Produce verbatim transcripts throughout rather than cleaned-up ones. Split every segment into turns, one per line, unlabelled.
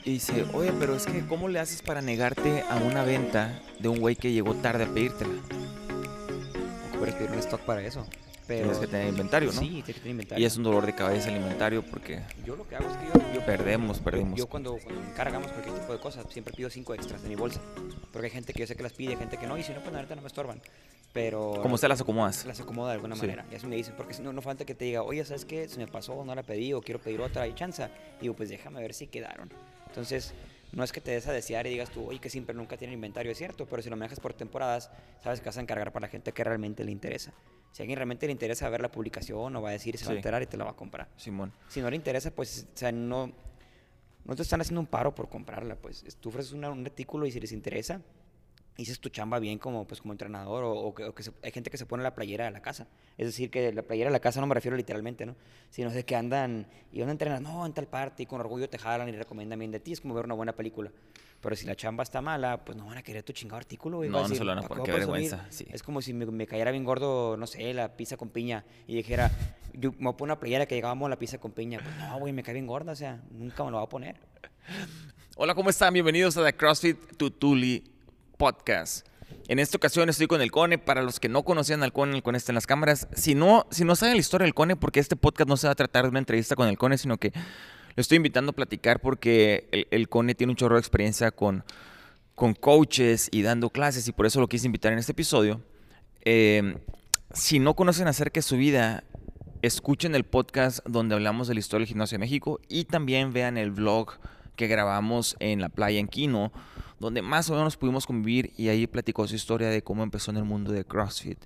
y dice, oye, pero es que ¿cómo le haces para negarte a una venta de un güey que llegó tarde a pedírtela?
Puedes pedir un stock para eso. Pero
Tienes que tener inventario, ¿no?
sí, tienes que tener inventario.
Y es un dolor de cabeza el inventario porque
Yo lo que hago es que yo, yo
perdemos,
yo,
perdemos.
yo cuando, cuando encargamos cualquier tipo de cosas, siempre pido cinco extras de mi bolsa. Porque hay gente que yo sé que las pide, hay gente que no, y si no, pues la neta no me estorban. Pero
¿Cómo se las acomodas?
las acomoda de alguna
Sí.
manera. Y así me dicen, porque si no, no falta que te diga, oye, ¿sabes qué? Se me pasó, no la pedí, o quiero pedir otra, hay chance. Y digo, pues déjame ver si quedaron. Entonces, no es que te des a desear y digas tú, oye, que siempre nunca tienen inventario, es cierto, pero si lo manejas por temporadas, sabes que vas a encargar para la gente que realmente le interesa. Si a alguien realmente le interesa ver la publicación, o va a decir, se va
Sí.
a enterar y te la va a comprar.
Simón.
Si no le interesa, pues, o sea, no, no te están haciendo un paro por comprarla, pues. Tú ofreces una, un artículo y si les interesa, dices tu chamba bien como, pues, como entrenador, o, o que, o que se, hay gente que se pone la playera de la casa. Es decir, que la playera de la casa no me refiero literalmente, ¿no? Sino de que andan, y van a entrenar, no, en tal parte, y con orgullo te jalan y recomiendan bien de ti, es como ver una buena película. Pero si la chamba está mala, pues no van a querer tu chingado artículo, güey.
No,
Va a
no
decir,
se lo van a
"¿Pa'
poner,
qué
qué
voy a presumir?".
vergüenza, sí.
Es como si me, me cayera bien gordo, no sé, la pizza con piña, y dijera, yo me voy a poner una playera que llegábamos a la pizza con piña. Pues no, güey, me cae bien gorda, o sea, nunca me lo voy a poner.
Hola, ¿cómo están? Bienvenidos a The CrossFit Tutuli Podcast. En esta ocasión estoy con el Cone. Para los que no conocían al Cone, el Cone está en las cámaras. Si no, si no saben la historia del Cone, porque este podcast no se va a tratar de una entrevista con el Cone, sino que lo estoy invitando a platicar porque el, el Cone tiene un chorro de experiencia con, con coaches y dando clases, y por eso lo quise invitar en este episodio. Eh, si no conocen acerca de su vida, escuchen el podcast donde hablamos de la historia del gimnasio de México, y también vean el vlog que grabamos en la playa en Quino, donde más o menos pudimos convivir, y ahí platicó su historia de cómo empezó en el mundo de CrossFit.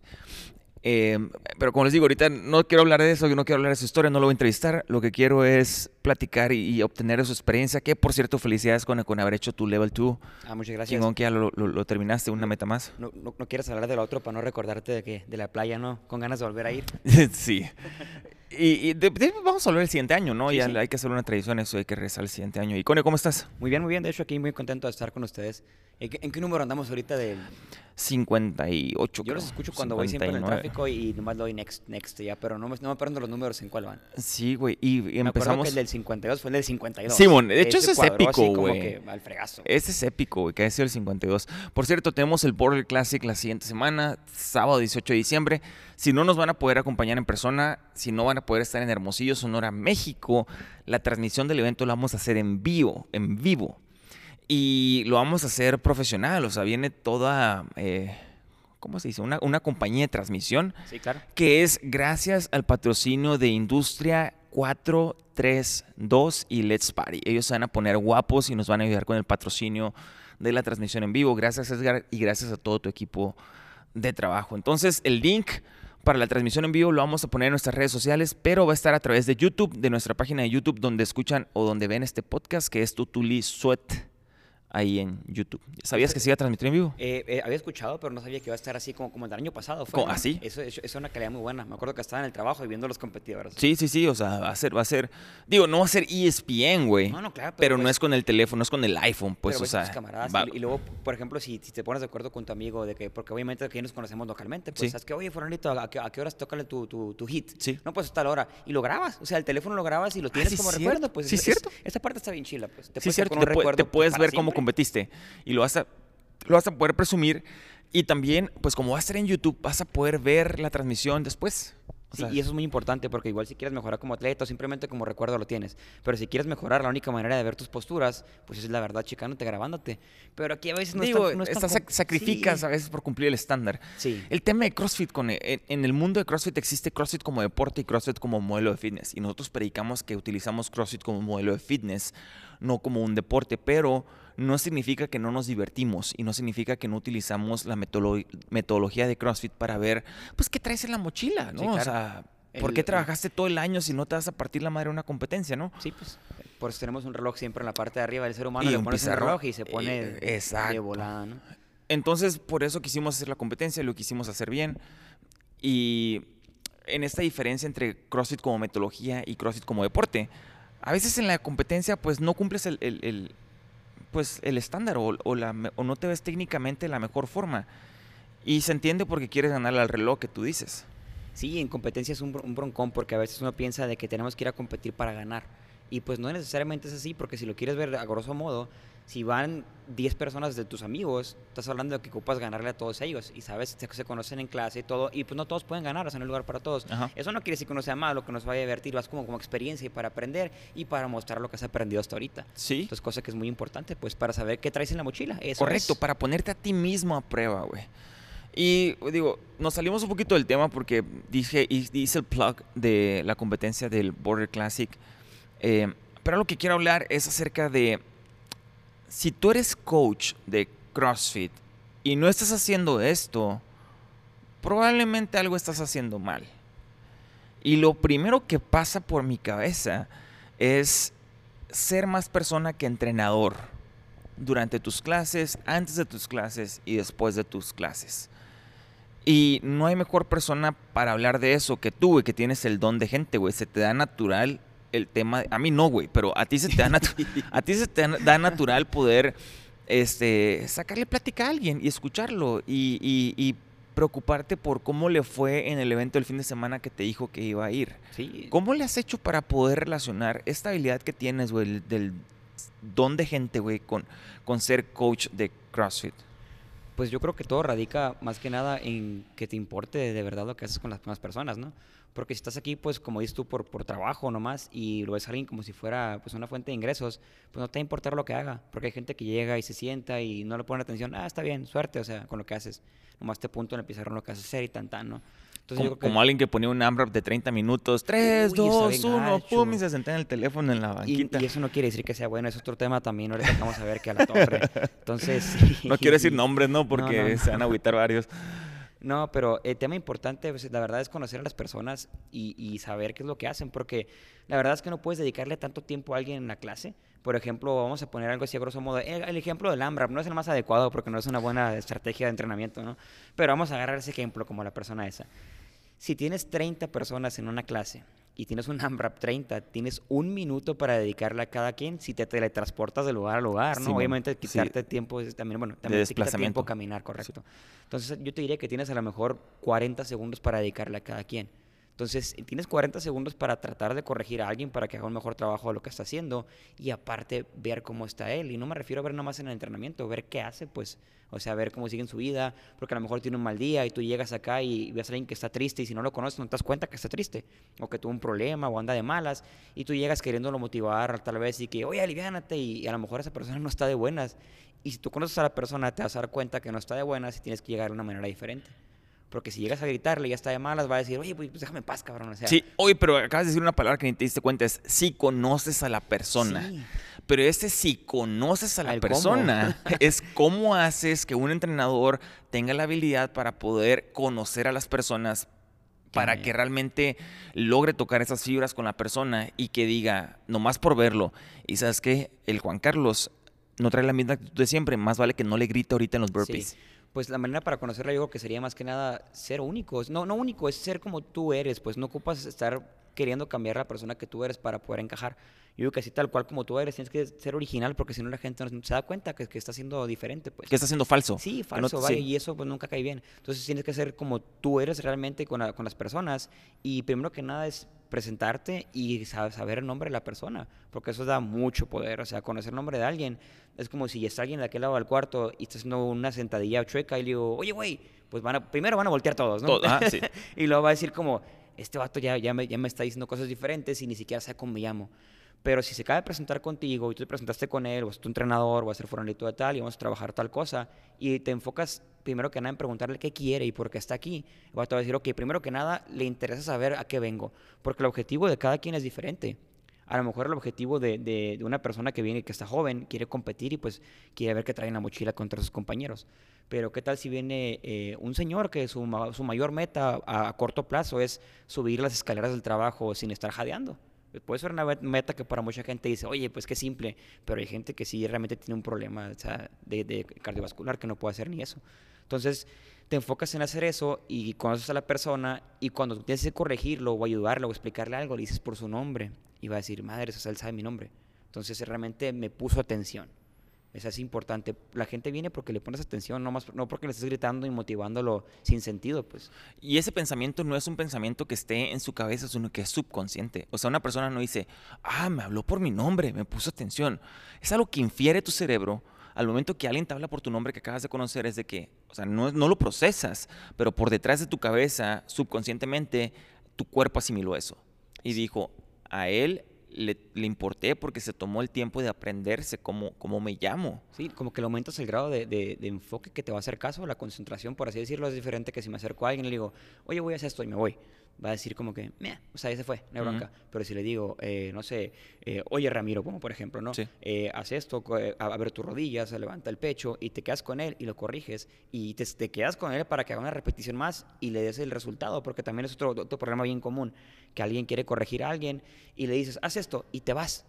Eh, pero como les digo, ahorita no quiero hablar de eso, yo no quiero hablar de su historia, no lo voy a entrevistar. Lo que quiero es platicar y, y obtener su experiencia, que por cierto, felicidades con, con haber hecho tu Level dos.
Ah, muchas gracias.
Chingón que ya lo, lo, lo terminaste, una meta más.
No, no, no quieres hablar de lo otro para no recordarte de que de la playa, ¿no? Con ganas de volver a ir.
Sí. Y, y de, de, vamos a hablar el siguiente año, ¿no?
Sí,
ya
sí.
hay que hacer una tradición, eso hay que regresar el siguiente año. Y Cone, ¿cómo estás?
Muy bien, muy bien. De hecho, aquí muy contento de estar con ustedes. ¿En qué, en qué número andamos ahorita del...?
cincuenta y ocho,
Yo
creo.
los escucho cuando voy siempre en el
cincuenta y nueve.
tráfico y nomás le doy next, next ya, pero no me, no me aprendo los números en cuál van.
Sí, güey, y, y
Me acuerdo
empezamos...
que el del cincuenta y dos fue el del cincuenta y dos.
Simón, de hecho ese es
cuadró
épico,
así como
güey.
que al fregazo.
Ese es épico, güey, que ha sido el cincuenta y dos. Por cierto, tenemos el Border Classic la siguiente semana, sábado dieciocho de diciembre. Si no nos van a poder acompañar en persona, si no van a poder estar en Hermosillo, Sonora, México, la transmisión del evento la vamos a hacer en vivo, en vivo. Y lo vamos a hacer profesional, o sea, viene toda, eh, ¿cómo se dice? Una, una compañía de transmisión,
Sí, claro.
que es gracias al patrocinio de Industria cuatro tres dos y Let's Party. Ellos se van a poner guapos y nos van a ayudar con el patrocinio de la transmisión en vivo. Gracias, Edgar, y gracias a todo tu equipo de trabajo. Entonces, el link para la transmisión en vivo lo vamos a poner en nuestras redes sociales, pero va a estar a través de YouTube, de nuestra página de YouTube, donde escuchan o donde ven este podcast, que es Tutuli Sweat, ahí en YouTube. ¿Sabías que se iba a transmitir en vivo?
Eh, eh, había escuchado, pero no sabía que iba a estar así como, como el del año pasado. Fue,
¿Cómo,
¿no?
así?
Eso, eso, eso es una calidad muy buena. Me acuerdo que estaba en el trabajo y viendo a los competidores.
Sí, sí, sí, o sea, va a ser, va a ser, digo, no va a ser E S P N, güey.
No, no, claro, pero
Pero, no
pues-
es con el teléfono, es con el iPhone, pues,
Pero
o
ves a
sea.
tus camaradas
va-
y, y luego, por ejemplo, si, si te pones de acuerdo con tu amigo de que, porque obviamente aquí nos conocemos localmente, pues
Sí.
sabes que, oye, Fulanito, ¿a qué, a qué horas tócale tu, tu, tu hit?
Sí.
No, pues hasta la hora. Y lo grabas, o sea, el teléfono lo grabas y lo tienes
sí,
como
cierto.
recuerdo, pues.
Sí,
es-
cierto.
es- esta parte está bien chila, pues. Te
Sí,
puedes
cierto,
sacar
te,
un
pu-
recuerdo
te puedes
para
ver cómo
siempre.
competiste y lo vas a, lo vas a poder presumir, y también, pues como va a estar en YouTube, vas a poder ver la transmisión después. O
Sí,
sea,
y eso es muy importante porque igual si quieres mejorar como atleta o simplemente como recuerdo lo tienes. Pero si quieres mejorar, la única manera de ver tus posturas, pues es la verdad, checándote, grabándote. Pero aquí a veces no
digo,
es tan, no es tan
estás sac-
com-
sacrificas
Sí.
a veces por cumplir el estándar.
Sí.
El tema de CrossFit, con, en, en el mundo de CrossFit existe CrossFit como deporte y CrossFit como modelo de fitness. Y nosotros predicamos que utilizamos CrossFit como modelo de fitness, no como un deporte, pero no significa que no nos divertimos y no significa que no utilizamos la metodolo- metodología de CrossFit para ver, pues, qué traes en la mochila, ¿no?
Sí,
O
claro.
sea, ¿por
El-
qué
el-
trabajaste todo el año si no te vas a partir la madre en una competencia, no?
Sí, pues por eso tenemos un reloj siempre en la parte de arriba del ser humano.
Y
Le
un
pones un
pizarrón.
reloj y se pone
Eh,
de
exacto.
volada, ¿no?
Entonces, por eso quisimos hacer la competencia, lo quisimos hacer bien. Y en esta diferencia entre CrossFit como metodología y CrossFit como deporte, a veces en la competencia pues no cumples el, el- el, pues, el estándar o, o, la, me- o no te ves técnicamente la mejor forma. Y se entiende porque quieres ganarle al reloj que tú dices.
Sí, en competencia es un, bron- un broncón porque a veces uno piensa de que tenemos que ir a competir para ganar. Y pues no necesariamente es así, porque si lo quieres ver a grosso modo, si van diez personas de tus amigos, estás hablando de que ocupas ganarle a todos ellos. Y sabes, se, se conocen en clase y todo, y pues no todos pueden ganar, o sea, no hay lugar para todos.
Ajá.
Eso no quiere decir que uno sea malo, que nos vaya a divertir, vas como, como experiencia y para aprender y para mostrar lo que has aprendido hasta ahorita.
Sí.
Entonces, cosa que es muy importante, pues, para saber qué traes en la mochila. Eso
Correcto,
es.
para ponerte a ti mismo a prueba, güey. Y digo, nos salimos un poquito del tema porque dije, hice el plug de la competencia del Border Classic. Eh, pero lo que quiero hablar es acerca de, si tú eres coach de CrossFit y no estás haciendo esto, probablemente algo estás haciendo mal. Y lo primero que pasa por mi cabeza es ser más persona que entrenador durante tus clases, antes de tus clases y después de tus clases. Y no hay mejor persona para hablar de eso que tú, güey, que tienes el don de gente, güey. Se te da natural el tema. A mí no, güey, pero a ti se te da, natu a ti se te da natural poder este, sacarle plática a alguien y escucharlo y, y, y preocuparte por cómo le fue en el evento del fin de semana que te dijo que iba a ir.
Sí.
¿Cómo le has hecho para poder relacionar esta habilidad que tienes, güey, del don de gente, güey, con, con ser coach de CrossFit?
Pues yo creo que todo radica más que nada en que te importe de verdad lo que haces con las demás personas, ¿no? Porque si estás aquí, pues como dices tú, por, por trabajo nomás y lo ves a alguien como si fuera pues una fuente de ingresos, pues no te va a importar lo que haga. Porque hay gente que llega y se sienta y no le pone atención. Ah, está bien, suerte, o sea, con lo que haces. Nomás te punto en el pizarrón lo que haces hacer y tan tan, ¿no? Entonces,
como,
yo creo que,
como alguien que ponía un AMRAP de treinta minutos, tres, dos, uno, pum, y se sentaba en el teléfono en la banquita.
Y, y eso no quiere decir que sea bueno, es otro tema también, ahorita vamos a ver que a la torre. Entonces, sí.
No quiero decir nombres, ¿no? Porque
no, no, no.
se van a agüitar varios.
No, pero el tema importante, pues, la verdad, es conocer a las personas y, y saber qué es lo que hacen, porque la verdad es que no puedes dedicarle tanto tiempo a alguien en la clase. Por ejemplo, vamos a poner algo así a grosso modo. El, el ejemplo del AMRAP no es el más adecuado porque no es una buena estrategia de entrenamiento, ¿no? Pero vamos a agarrar ese ejemplo como la persona esa. Si tienes treinta personas en una clase y tienes un AMRAP treinta, tienes un minuto para dedicarle a cada quien si te teletransportas de lugar a lugar, ¿no?
Sí,
Obviamente quitarte
sí.
tiempo es también, bueno,
De
también te quita
desplazamiento.
tiempo caminar, correcto. Sí. Entonces yo te diría que tienes a lo mejor cuarenta segundos para dedicarle a cada quien. Entonces, tienes cuarenta segundos para tratar de corregir a alguien para que haga un mejor trabajo de lo que está haciendo y aparte ver cómo está él. Y no me refiero a ver nomás en el entrenamiento, ver qué hace, pues, o sea, ver cómo sigue en su vida, porque a lo mejor tiene un mal día y tú llegas acá y ves a alguien que está triste y si no lo conoces no te das cuenta que está triste o que tuvo un problema o anda de malas y tú llegas queriéndolo motivar tal vez y que, oye, aliviánate, y a lo mejor esa persona no está de buenas. Y si tú conoces a la persona te vas a dar cuenta que no está de buenas y tienes que llegar de una manera diferente. Porque si llegas a gritarle y ya está de malas, va a decir, oye, pues déjame en paz, cabrón. O sea,
sí, oye, pero acabas de decir una palabra que ni te diste cuenta, es si conoces a la persona.
Sí.
Pero ese si conoces a la
El
persona
cómo.
es cómo haces que un entrenador tenga la habilidad para poder conocer a las personas, para
Ya,
que
ya.
realmente logre tocar esas fibras con la persona y que diga, nomás por verlo. Y ¿sabes qué? El Juan Carlos no trae la misma actitud de siempre, más vale que no le grite ahorita en los burpees.
Sí. Pues la manera para conocerla yo creo que sería más que nada ser únicos. No, no único, es ser como tú eres. Pues no ocupas estar queriendo cambiar la persona que tú eres para poder encajar. Yo digo que así tal cual como tú eres, tienes que ser original porque si no la gente no se da cuenta que, que está siendo diferente, pues.
Que está siendo falso.
Sí,
Que no-
falso, vaya,
sí.
y eso pues nunca cae bien. Entonces tienes que ser como tú eres realmente con, la- con las personas y primero que nada es presentarte y sab- saber el nombre de la persona, porque eso da mucho poder, o sea, conocer el nombre de alguien es como si está alguien de aquel lado del cuarto y está haciendo una sentadilla chueca y le digo, oye, güey, pues van a, primero van a voltear todos, ¿no?
Todo, ajá, sí.
Y luego va a decir como, este vato ya, ya, me, ya me está diciendo cosas diferentes y ni siquiera sabe cómo me llamo. Pero si se acaba de presentar contigo y tú te presentaste con él, o es tu entrenador, o a ser fulanito de tal, y vamos a trabajar tal cosa, y te enfocas primero que nada en preguntarle qué quiere y por qué está aquí, el vato va a decir, ok, primero que nada le interesa saber a qué vengo, porque el objetivo de cada quien es diferente. A lo mejor el objetivo de, de, de una persona que viene y que está joven, quiere competir y pues quiere ver qué trae en la mochila contra sus compañeros. Pero qué tal si viene eh, un señor que su, ma- su mayor meta a, a corto plazo es subir las escaleras del trabajo sin estar jadeando. Puede ser una meta que para mucha gente dice, oye, pues qué simple, pero hay gente que sí realmente tiene un problema, o sea, de, de cardiovascular que no puede hacer ni eso. Entonces, te enfocas en hacer eso y conoces a la persona y cuando tú tienes que corregirlo o ayudarlo o explicarle algo, le dices por su nombre y va a decir, madre, o sea, él sabe mi nombre. Entonces, realmente me puso atención. Eso es importante. La gente viene porque le pones atención, no, más, no porque le estés gritando y motivándolo sin sentido, pues.
Y ese pensamiento no es un pensamiento que esté en su cabeza, sino que es subconsciente. O sea, una persona no dice, ah, me habló por mi nombre, me puso atención. Es algo que infiere tu cerebro al momento que alguien te habla por tu nombre que acabas de conocer, es de que, o sea, no, no lo procesas, pero por detrás de tu cabeza, subconscientemente, tu cuerpo asimiló eso. Y dijo, a él Le, le importé porque se tomó el tiempo de aprenderse cómo, cómo me llamo.
Sí, como que le aumentas el grado de, de, de enfoque que te va a hacer caso, la concentración, por así decirlo, es diferente que si me acerco a alguien y le digo, oye, voy a hacer esto y me voy. Va a decir como que, meh, o sea, ya se fue, no hay bronca. Uh-huh. Pero si le digo, eh, no sé, eh, oye, Ramiro, como por ejemplo, ¿no?
Sí.
Eh, haz esto, a, a ver tus rodillas, levanta el pecho y te quedas con él y lo corriges y te, te quedas con él para que haga una repetición más y le des el resultado, porque también es otro, otro problema bien común, que alguien quiere corregir a alguien y le dices, haz esto y te vas.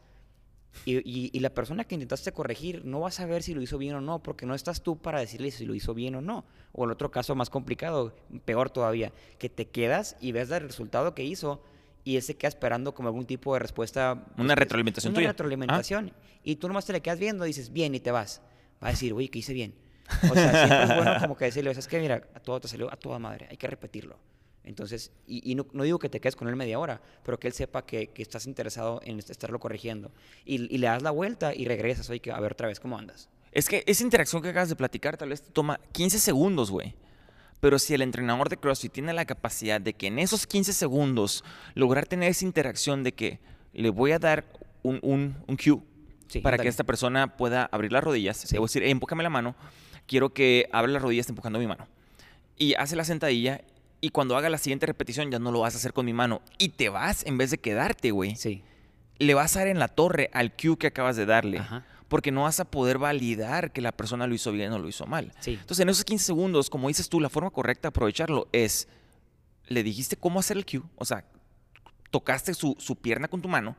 Y, y, y la persona que intentaste corregir no va a saber si lo hizo bien o no, porque no estás tú para decirle si lo hizo bien o no. O el otro caso más complicado, peor todavía, que te quedas y ves el resultado que hizo y él se queda esperando como algún tipo de respuesta.
Una retroalimentación
una
tuya.
Una retroalimentación. ¿Ah? Y tú nomás te le quedas viendo, dices bien y te vas. Va a decir, oye, que hice bien. O sea, siempre es bueno como que decirle, ¿sabes qué? Mira, a todo te salió a toda madre, hay que repetirlo. Entonces, y, y no, no digo que te quedes con él media hora, pero que él sepa que, que estás interesado en estarlo corrigiendo. Y, y le das la vuelta y regresas, oye, a ver otra vez cómo andas.
Es que esa interacción que acabas de platicar tal vez te toma quince segundos, güey. Pero si el entrenador de CrossFit tiene la capacidad de que en esos quince segundos lograr tener esa interacción de que le voy a dar un, un, un cue sí, para dale. que esta persona pueda abrir las rodillas, sí. le voy a decir, hey, empújame la mano, quiero que abra las rodillas empujando mi mano. Y hace la sentadilla. Y cuando haga la siguiente repetición ya no lo vas a hacer con mi mano. Y te vas en vez de quedarte, güey.
Sí.
Le vas a dar en la torre al cue que acabas de darle.
Ajá.
Porque no vas a poder validar que la persona lo hizo bien o lo hizo mal.
Sí.
Entonces, en esos quince segundos, como dices tú, la forma correcta de aprovecharlo es, le dijiste cómo hacer el cue. O sea, tocaste su, su pierna con tu mano.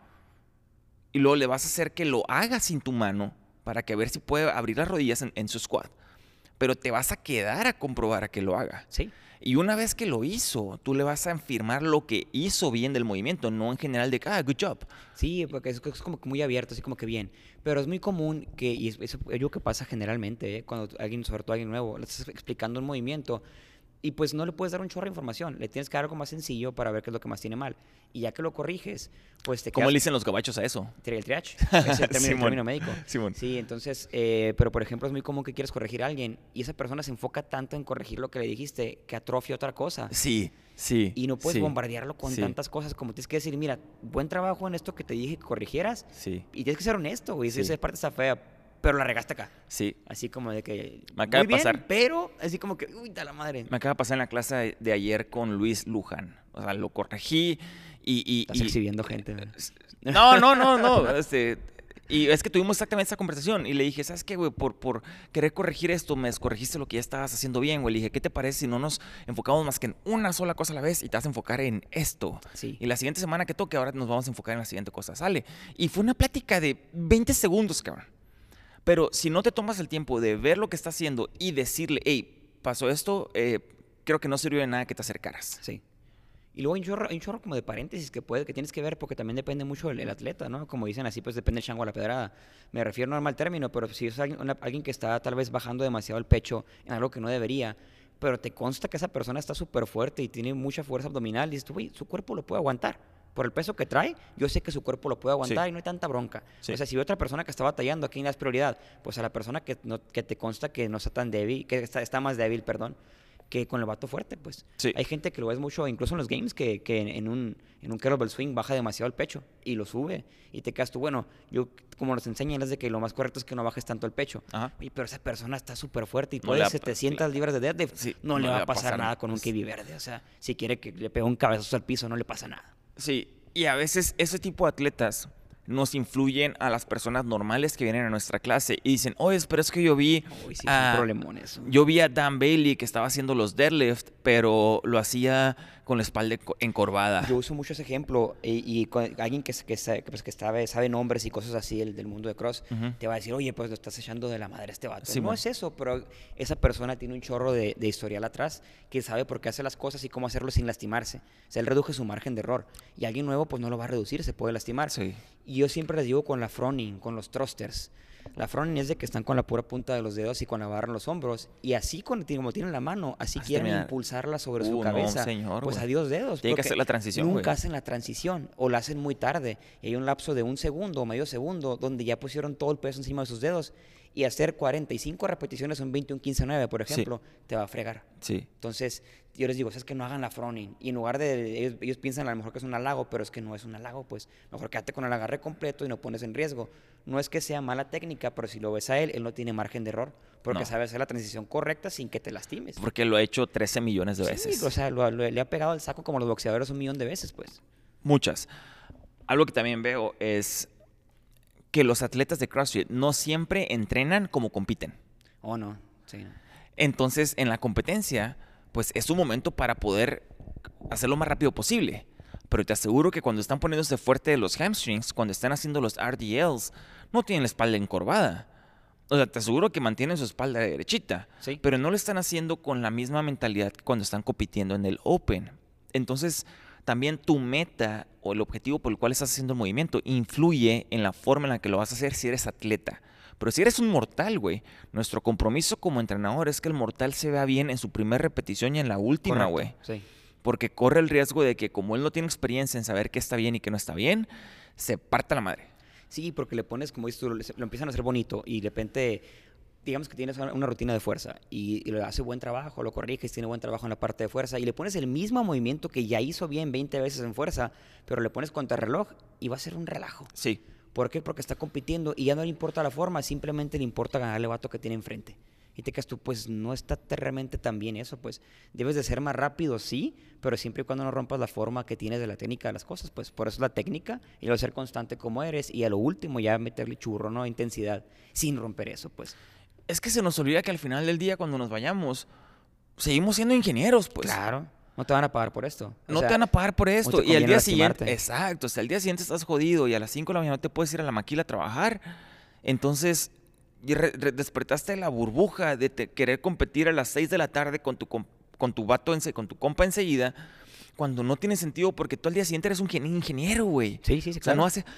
Y luego le vas a hacer que lo haga sin tu mano para que a ver si puede abrir las rodillas en, en su squat. Pero te vas a quedar a comprobar a que lo haga.
Sí.
Y una vez que lo hizo, tú le vas a afirmar lo que hizo bien del movimiento, no en general de, ah, good job.
Sí, porque es, es como que muy abierto, así como que bien. Pero es muy común que, y es, es algo que pasa generalmente, ¿eh? Cuando alguien, sobre todo alguien nuevo, le estás explicando un movimiento y pues no le puedes dar un chorro de información. Le tienes que dar algo más sencillo para ver qué es lo que más tiene mal. Y ya que lo corriges, pues te quedas...
¿Cómo le dicen los gabachos a eso?
El triage. Es el término, el término médico.
Simón.
Sí, entonces, eh, pero por ejemplo es muy común que quieres corregir a alguien y esa persona se enfoca tanto en corregir lo que le dijiste que atrofia otra cosa.
Sí, sí.
Y no puedes
sí,
bombardearlo con
sí.
tantas cosas como tienes que decir, mira, buen trabajo en esto que te dije que corrigieras.
Sí.
Y tienes que ser honesto, güey.
Sí.
Esa parte está fea, pero la regaste acá.
Sí.
Así como de que...
Me acaba
muy bien,
de pasar.
pero así como que, uy, da la madre.
Me acaba de pasar en la clase de ayer con Luis Luján. O sea, lo corregí y... y
Estás
y,
exhibiendo gente.
No, no, no, no. Este, y es que tuvimos exactamente esa conversación. Y le dije, ¿sabes qué, güey? Por, por querer corregir esto, me descorregiste lo que ya estabas haciendo bien, güey. Le dije, ¿qué te parece si no nos enfocamos más que en una sola cosa a la vez y te vas a enfocar en esto?
Sí.
Y la siguiente semana que toque, ahora nos vamos a enfocar en la siguiente cosa. Sale. Y fue una plática de veinte segundos, cabrón. Pero si no te tomas el tiempo de ver lo que está haciendo y decirle, hey, pasó esto, eh, creo que no sirvió de nada que te acercaras.
Sí. Y luego hay un chorro, hay un chorro como de paréntesis que, puede, que tienes que ver porque también depende mucho del, del atleta, ¿no? Como dicen así, pues depende el chango a la pedrada. Me refiero no al mal término, pero si es alguien, una, alguien que está tal vez bajando demasiado el pecho en algo que no debería, pero te consta que esa persona está súper fuerte y tiene mucha fuerza abdominal, y dices tú, güey, su cuerpo lo puede aguantar. Por el peso que trae, yo sé que su cuerpo lo puede aguantar sí. y no hay tanta bronca. Sí. O sea, si hay otra persona que está batallando, ¿a quién le das prioridad? Pues a la persona que, no, que te consta que no está tan débil, que está, está más débil, perdón, que con el vato fuerte, pues.
Sí.
Hay gente que lo ves mucho, incluso en los games, que, que en un, en un kettlebell swing baja demasiado el pecho y lo sube. Y te quedas tú, bueno, yo como nos enseñan es de que lo más correcto es que no bajes tanto el pecho.
Ajá.
Y, pero esa persona está súper fuerte y
no
puede setecientas sí. libras de deadlift.
Sí.
No, no le va a pasar,
pasar
nada con un K B verde. O sea, si quiere que le pegue un cabezazo al piso, no le pasa nada.
Sí. Y a veces ese tipo de atletas nos influyen a las personas normales que vienen a nuestra clase y dicen, oye, pero es que yo vi
Uy, sí,
a,
es un problemón eso.
Yo vi a Dan Bailey que estaba haciendo los deadlift, pero lo hacía con la espalda encorvada.
Yo uso mucho ese ejemplo y, y con alguien que, que, pues, que sabe, sabe nombres y cosas así el, del mundo de cross, uh-huh. te va a decir, oye, pues lo estás echando de la madre a este vato. Sí, no man. Es eso, pero esa persona tiene un chorro de, de historial atrás que sabe por qué hace las cosas y cómo hacerlo sin lastimarse. O sea, él reduce su margen de error. Y alguien nuevo pues no lo va a reducir, se puede lastimar.
Sí.
Y yo siempre les digo con la froning, con los thrusters, La fronting es de que están con la pura punta de los dedos y cuando agarran los hombros. Y así, con, como tienen la mano, así
Hasta
quieren
mira.
impulsarla sobre
Uh,
su
no,
cabeza.
señor,
pues
güey.
adiós dedos.
Tiene que
porque
hacer la transición,
Nunca
güey.
hacen la transición o la hacen muy tarde. Y hay un lapso de un segundo o medio segundo donde ya pusieron todo el peso encima de sus dedos. Y hacer cuarenta y cinco repeticiones en veintiuno quince nueve, por ejemplo, sí. te va a fregar.
Sí.
Entonces, yo les digo, es que no hagan la fronting. Y en lugar de, ellos, ellos piensan a lo mejor que es un halago, pero es que no es un halago, pues. Mejor quédate con el agarre completo y no pones en riesgo. No es que sea mala técnica, pero si lo ves a él, él no tiene margen de error. Porque
No.
sabe hacer la transición correcta sin que te lastimes.
Porque lo ha hecho trece millones de
sí,
veces.
o sea, lo, lo, le ha pegado el saco como los boxeadores un millón de veces, pues.
Muchas. Algo que también veo es que los atletas de CrossFit no siempre entrenan como compiten.
Oh, no. Sí.
Entonces, en la competencia, pues es un momento para poder hacer lo más rápido posible. Pero te aseguro que cuando están poniéndose fuerte de los hamstrings, cuando están haciendo los R D Ls, no tienen la espalda encorvada. O sea, te aseguro que mantienen su espalda derechita.
Sí.
Pero no lo están haciendo con la misma mentalidad que cuando están compitiendo en el Open. Entonces, también tu meta o el objetivo por el cual estás haciendo el movimiento influye en la forma en la que lo vas a hacer si eres atleta. Pero si eres un mortal, güey, nuestro compromiso como entrenador es que el mortal se vea bien en su primera repetición y en la última, güey.
Sí.
Porque corre el riesgo de que como él no tiene experiencia en saber qué está bien y qué no está bien, se parta la madre.
Sí, porque le pones, como dices tú, lo, lo empiezan a hacer bonito y de repente, digamos que tienes una rutina de fuerza y, y lo hace buen trabajo, lo corriges, tiene buen trabajo en la parte de fuerza y le pones el mismo movimiento que ya hizo bien veinte veces en fuerza, pero le pones contrarreloj y va a ser un relajo.
Sí.
¿Por qué? Porque está compitiendo y ya no le importa la forma, simplemente le importa ganarle vato que tiene enfrente. Y te quedas tú, pues no está realmente tan bien eso, pues debes de ser más rápido, sí, pero siempre y cuando no rompas la forma que tienes de la técnica de las cosas, pues por eso es la técnica y luego ser constante como eres y a lo último ya meterle churro, ¿no? Intensidad, sin romper eso, pues.
Es que se nos olvida que al final del día cuando nos vayamos, seguimos siendo ingenieros, pues.
Claro, no te van a pagar por esto. O
no
sea,
te van a pagar por esto.
no te
Y al día siguiente,
lastimarte.
exacto, o sea, al día siguiente estás jodido y a las cinco de la mañana te puedes ir a la maquila a trabajar. Entonces, y re, re, despertaste la burbuja de te, querer competir a las seis de la tarde con tu, con, con tu vato, en, con tu compa enseguida, cuando no tiene sentido porque tú al día siguiente eres un ingeniero, güey.
Sí, sí, sí,
O sea,
claro.
no hace...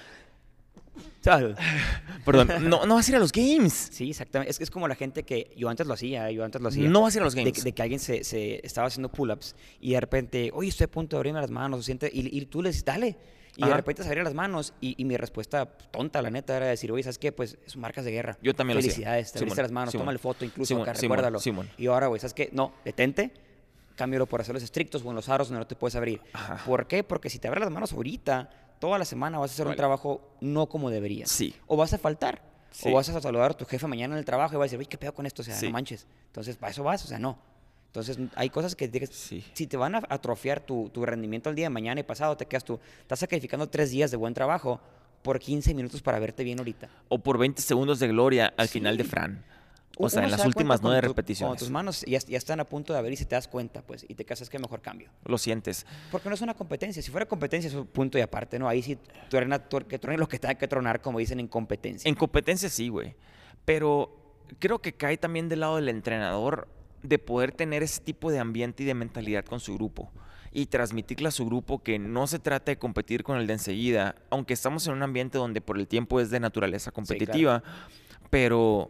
Perdón, no, no vas a ir a los games.
Sí, exactamente. Es, es como la gente que yo antes lo hacía, yo antes lo hacía.
No vas a ir a los
De,
games.
de que alguien se, se estaba haciendo pull-ups y de repente, oye, estoy a punto de abrirme las manos, o siente, y, y tú le dices, dale. Y
Ajá.
de repente se abrían las manos y, y mi respuesta tonta, la neta, era decir, oye, ¿sabes qué? Pues son marcas de guerra.
Yo también lo hacía.
Felicidades, te abriste
Simón,
las manos,
Simón.
tómale foto incluso
Simón,
acá,
Simón,
recuérdalo.
Simón.
Y ahora, güey, ¿sabes qué? No, detente, cámbialo por hacerlos estrictos o en los aros donde no te puedes abrir.
Ajá.
¿Por qué? Porque si te abres las manos ahorita, toda la semana vas a hacer
Vale.
un trabajo no como deberías.
Sí.
O vas a faltar.
Sí.
O vas a saludar a tu jefe mañana en el trabajo y vas a decir, oye, ¿qué pedo con esto? O sea,
Sí.
no manches. Entonces, ¿para eso vas? O sea, no. Entonces, hay cosas que tienes-
Sí.
si te van a atrofiar tu, tu rendimiento el día de mañana y pasado, te quedas tú, estás sacrificando tres días de buen trabajo por quince minutos para verte bien ahorita.
O por veinte segundos de gloria al
Sí.
final de Fran. O
Uno
sea, en
se
las
da
últimas
cuenta cuando
nueve
tu-
repeticiones.
Cuando tus manos ya, ya están a punto de abrir y se te das cuenta, pues, y te casas que mejor cambio.
Lo sientes.
Porque no es una competencia. Si fuera competencia, es un punto y aparte, ¿no? Ahí sí, truena, tu- que truene lo que tenga que tronar, como dicen en competencia.
En competencia sí, güey. Pero creo que cae también del lado del entrenador de poder tener ese tipo de ambiente y de mentalidad con su grupo. Y transmitirle a su grupo que no se trata de competir con el de enseguida, aunque estamos en un ambiente donde por el tiempo es de naturaleza competitiva, pero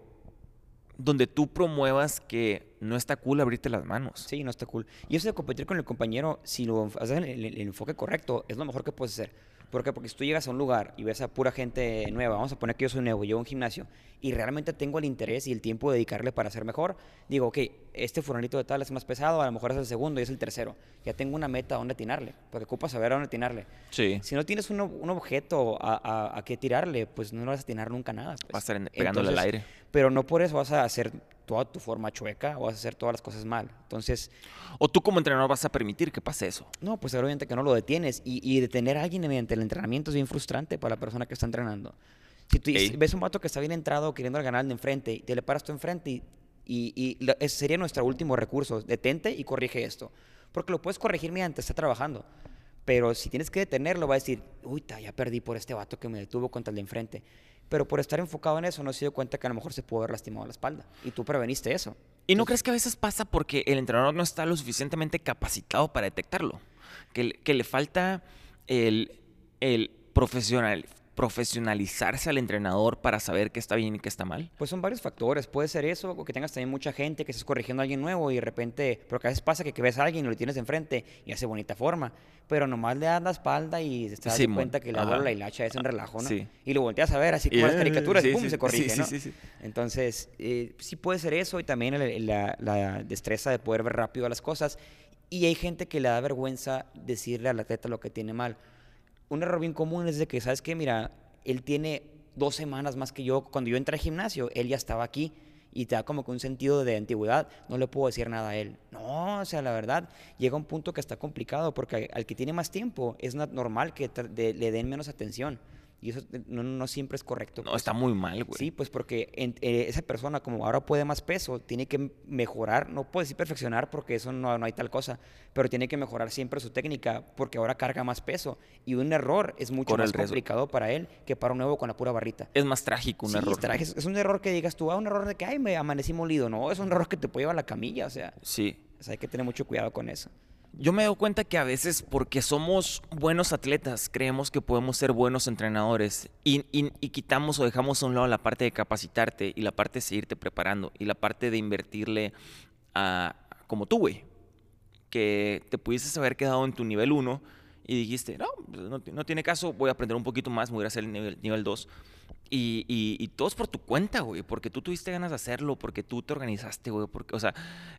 donde tú promuevas que no está cool abrirte las manos.
Sí, no está cool. Y eso de competir con el compañero, si lo haces el, el- el enfoque correcto, es lo mejor que puedes hacer. ¿Por qué? Porque si tú llegas a un lugar y ves a pura gente nueva, vamos a poner que yo soy nuevo, llevo a un gimnasio, y realmente tengo el interés y el tiempo de dedicarle para ser mejor, digo, ok, este fulanito de tal es más pesado, a lo mejor es el segundo y es el tercero. Ya tengo una meta a dónde atinarle, porque ocupas saber a dónde atinarle.
Sí.
Si no tienes un, un objeto a, a, a qué tirarle, pues no le vas a atinar nunca nada. Pues.
Va a estar en- pegándole al aire.
Pero no por eso vas a hacer toda tu forma chueca o vas a hacer todas las cosas mal. Entonces,
O tú como entrenador vas a permitir que pase eso.
no, pues obviamente que no lo detienes. Y, y detener a alguien mediante el entrenamiento es bien frustrante para la persona que está entrenando. Si tú
Ey.
si ves un vato que está bien entrado queriendo ganar al de enfrente y te le paras tú enfrente y, y, y la- ese sería nuestro último recurso. Detente y corrige esto. Porque lo puedes corregir mientras está trabajando. Pero si tienes que detenerlo, va a decir, uy, ta, ya perdí por este vato que me detuvo contra el de enfrente. Pero por estar enfocado en eso, no se dio cuenta que a lo mejor se pudo haber lastimado la espalda. Y tú preveniste eso.
¿Y no crees que a veces pasa porque el entrenador no está lo suficientemente capacitado para detectarlo? Que, le- que le falta el, el profesional, profesionalizarse al entrenador para saber qué está bien y qué está mal?
Pues son varios factores. Puede ser eso, o que tengas también mucha gente, que estés corrigiendo a alguien nuevo y de repente, porque a veces pasa que, que ves a alguien y lo tienes enfrente y hace bonita forma, pero nomás le das la espalda y te das
Sí,
cuenta que la
ajá.
bola la hilacha es un relajo, ¿no?
Sí.
Y lo volteas a ver así como
Y,
las caricaturas
sí,
y pum,
sí,
se corrige,
sí,
¿no?
sí, sí, sí.
Entonces, eh, sí puede ser eso y también el- la, la destreza de poder ver rápido las cosas. Y hay gente que le da vergüenza decirle al atleta lo que tiene mal. Un error bien común es de que, ¿sabes qué? Mira, él tiene dos semanas más que yo. Cuando yo entré al gimnasio, él ya estaba aquí y te da como que un sentido de antigüedad. No le puedo decir nada a él. No, o sea, la verdad, llega un punto que está complicado porque al que tiene más tiempo es normal que de, le den menos atención. Y eso no, no siempre es correcto.
No,
Pues.
está muy mal, güey.
Sí, pues porque en, eh, esa persona, como ahora puede más peso, tiene que mejorar, no puedo decir perfeccionar porque eso no, no hay tal cosa, pero tiene que mejorar siempre su técnica porque ahora carga más peso. Y un error es mucho
Corre
más
el riesgo.
complicado para él que para un nuevo con la pura barrita.
Es más trágico un
Sí,
error.
es, tra- es- es un error que digas tú, ah, un error de que, ay, me amanecí molido. No, es un error que te puede llevar a la camilla, o sea,
Sí.
o sea, hay que tener mucho cuidado con eso.
Yo me doy cuenta que a veces porque somos buenos atletas, creemos que podemos ser buenos entrenadores y, y- y quitamos o dejamos a un lado la parte de capacitarte y la parte de seguirte preparando y la parte de invertirle a, como tú, güey, que te pudieses haber quedado en tu nivel uno y dijiste, no, pues no, no tiene caso, voy a aprender un poquito más, me voy a hacer el nivel, nivel dos. Y, y, y todo es por tu cuenta, güey, porque tú tuviste ganas de hacerlo, porque tú te organizaste, güey, porque, o sea,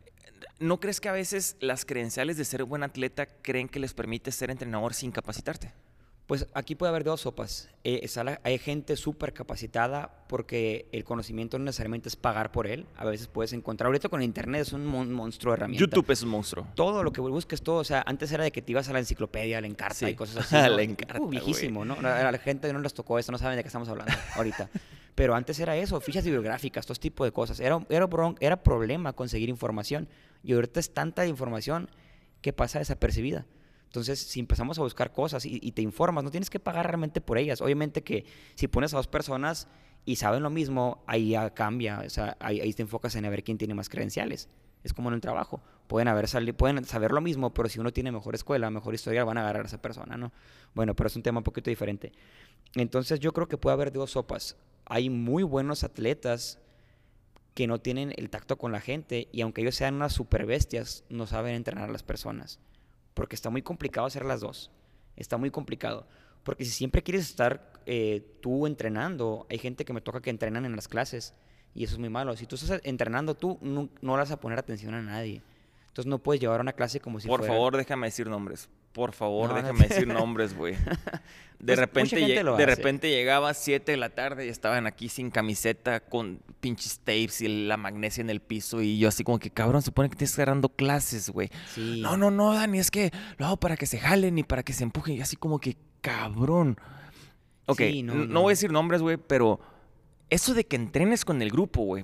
¿no crees que a veces las credenciales de ser buen atleta creen que les permite ser entrenador sin capacitarte?
Pues aquí puede haber dos sopas. Eh, está la- hay gente súper capacitada porque el conocimiento no necesariamente es pagar por él. A veces puedes encontrar, ahorita con el internet es un mon- monstruo de herramienta.
YouTube es un monstruo.
Todo lo que busques, todo. O sea, antes era de que te ibas a la enciclopedia, a la Encarta
Sí.
y cosas así.
A
¿no?
la Encarta,
Uh, viejísimo, ¿no? A la gente no les tocó esto, no saben de qué estamos hablando ahorita. Pero antes era eso, fichas bibliográficas, todo este tipo de cosas. Era, era, bron- era problema conseguir información. Y ahorita es tanta información que pasa desapercibida. Entonces, si empezamos a buscar cosas y, y te informas, no tienes que pagar realmente por ellas. Obviamente que si pones a dos personas y saben lo mismo, ahí ya cambia. O sea, ahí, ahí te enfocas en a ver quién tiene más credenciales. Es como en el trabajo. Pueden, haber sali- pueden saber lo mismo, pero si uno tiene mejor escuela, mejor historia, van a agarrar a esa persona, ¿no? Bueno, pero es un tema un poquito diferente. Entonces, yo creo que puede haber dos sopas. Hay muy buenos atletas que no tienen el tacto con la gente y aunque ellos sean unas super bestias, no saben entrenar a las personas. Porque está muy complicado hacer las dos. Está muy complicado. Porque si siempre quieres estar eh, tú entrenando, hay gente que me toca que entrenan en las clases y eso es muy malo. Si tú estás entrenando tú, no, no vas a poner atención a nadie. Entonces no puedes llevar una clase como si
Por
fuera...
favor, déjame decir nombres. Por favor,
No, no
déjame
te-
decir nombres, güey. De,
Pues,
repente,
mucha gente
lle-
lo
de
hace.
repente llegaba a siete de la tarde y estaban aquí sin camiseta con pinches tapes y la magnesia en el piso y yo así como que, cabrón, se supone que tienes que estar dando clases, güey.
Sí.
No, no, no, Dani, es que lo hago para que se jalen y para que se empujen y así como que, cabrón. Ok,
Sí, no,
n-
no.
no voy a decir nombres, güey, pero eso de que entrenes con el grupo, güey,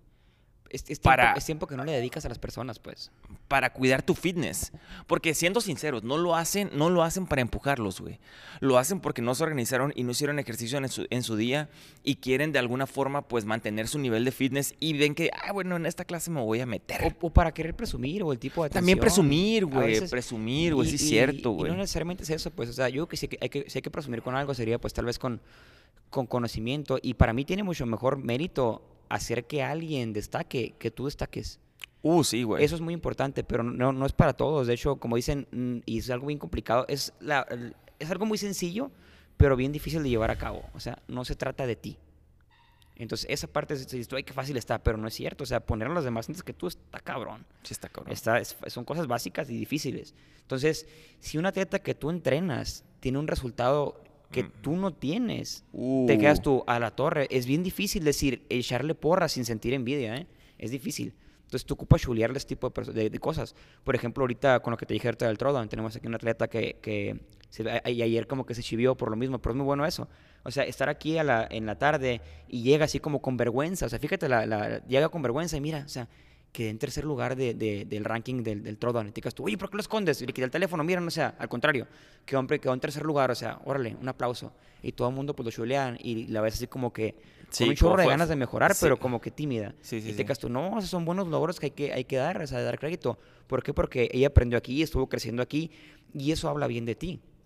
Es, es, tiempo,
para-
es tiempo que no le dedicas a las personas, pues.
para cuidar tu fitness. Porque siendo sinceros, no lo hacen, no lo hacen para empujarlos, güey. Lo hacen porque no se organizaron y no hicieron ejercicio en su, en su día y quieren de alguna forma pues mantener su nivel de fitness y ven que, ah, bueno, en esta clase me voy a meter.
O, o para querer presumir o el tipo de atención.
También presumir,
A
güey,
veces-
presumir, güey,
y-
sí es
y-
cierto,
Y
güey.
no necesariamente es eso, pues, o sea, yo creo que sí que hay que, si hay que presumir con algo sería, pues, tal vez con, con conocimiento. Y para mí tiene mucho mejor mérito hacer que alguien destaque, que tú destaques.
Uh, sí, güey.
Eso es muy importante, pero no, no es para todos. De hecho, como dicen, mm, y es algo bien complicado, es, la, el- es algo muy sencillo, pero bien difícil de llevar a cabo. O sea, no se trata de ti. Entonces, esa parte, se dice, ay, qué fácil está, pero no es cierto. O sea, poner a los demás antes que tú está cabrón.
Sí está cabrón.
Está, es- son cosas básicas y difíciles. Entonces, si un atleta que tú entrenas tiene un resultado que
Mm.
tú no tienes,
Uh.
te quedas tú a la torre. Es bien difícil decir, echarle porras sin sentir envidia, ¿eh? Es difícil. Entonces, tú ocupas chulearle este tipo de, perso- de- de cosas. Por ejemplo, ahorita con lo que te dije ahorita del Throwdown, tenemos aquí un atleta que, que se, a- y ayer como que se chivió por lo mismo, pero es muy bueno eso. O sea, estar aquí a la, en la tarde y llega así como con vergüenza. O sea, fíjate, la, la- llega con vergüenza y mira, o sea, quedé en tercer lugar de, de- del ranking del, del Throwdown. Y te digas tú, oye, ¿por qué lo escondes? Y le quité el teléfono, mira, no sea, al contrario, que hombre quedó en tercer lugar, o sea, órale, un aplauso. Y todo el mundo pues lo chulean y la ves así como que
Sí,
con un
como
chorro de
fue-
ganas de mejorar,
sí.
pero como que tímida.
Sí, sí,
y te
sí.
digas tú, no, esos son buenos logros que hay que, hay que dar, o sea, dar crédito. ¿Por qué? Porque ella aprendió aquí, estuvo creciendo aquí y eso habla bien de ti.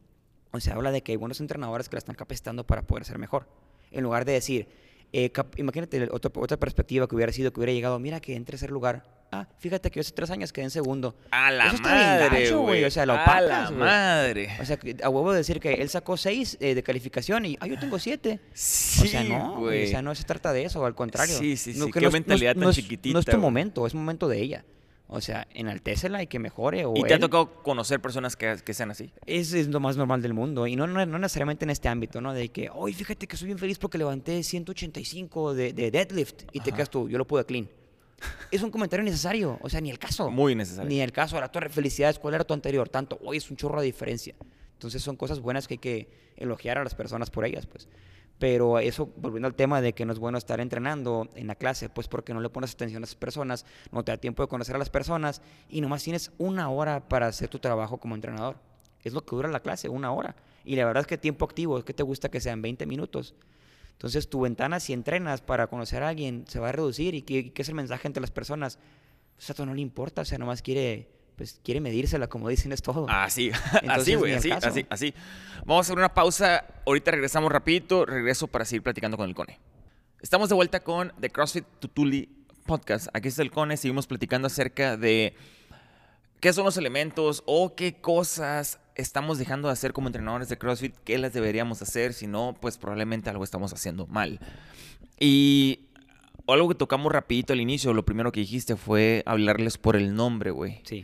O sea, habla de que hay buenos entrenadores que la están capacitando para poder ser mejor. En lugar de decir, eh, cap- imagínate otra, otra perspectiva que hubiera sido que hubiera llegado, mira que en tercer lugar. Ah, fíjate que yo hace tres años quedé en segundo.
A la
Eso está bien
madre,
gacho,
güey.
O sea, lo
A
opacas,
la
güey.
madre.
O sea, que a huevo decir que él sacó seis eh, de calificación y, ah, yo tengo siete.
Sí,
O sea, no, güey.
güey.
O sea, no se trata de eso, al contrario.
Sí, sí,
No,
sí.
que
Qué
no es-
mentalidad
no es-
tan
no es-
chiquitita,
No es tu
güey.
momento, es momento de ella. O sea, enaltécela y que mejore. O
¿Y te ha
él.
tocado conocer personas que, que sean así?
Es, es lo más normal del mundo. Y no, no, no necesariamente en este ámbito, ¿no? De que, oye, fíjate que soy bien feliz porque levanté ciento ochenta y cinco de, de deadlift y te
Ajá.
quedas tú, yo lo pude clean. Es un comentario innecesario. O sea, ni el caso.
Muy necesario.
Ni el caso. A la torre, felicidades, ¿cuál era tu anterior? Tanto, hoy es un chorro de diferencia. Entonces son cosas buenas que hay que elogiar a las personas por ellas, pues. Pero eso, volviendo al tema de que no es bueno estar entrenando en la clase, pues porque no le pones atención a esas personas, no te da tiempo de conocer a las personas y nomás tienes una hora para hacer tu trabajo como entrenador. Es lo que dura la clase, una hora. Y la verdad es que tiempo activo, es que te gusta que sean veinte minutos. Entonces tu ventana, si entrenas para conocer a alguien, se va a reducir. ¿Y qué, qué es el mensaje entre las personas? Pues a todo no le importa, o sea, nomás quiere, pues, quiere medírsela, como dicen, es todo.
Así,
Entonces,
así, güey,
ni al
así,
caso.
así, así. Vamos a hacer una pausa. Ahorita regresamos rapidito. Regreso para seguir platicando con el Cone. Estamos de vuelta con The CrossFit Tutuli Podcast. Aquí está el Cone. Seguimos platicando acerca de qué son los elementos o qué cosas estamos dejando de hacer como entrenadores de CrossFit, qué las deberíamos hacer. Si no, pues probablemente algo estamos haciendo mal. Y algo que tocamos rapidito al inicio, lo primero que dijiste fue hablarles por el nombre, güey.
Sí.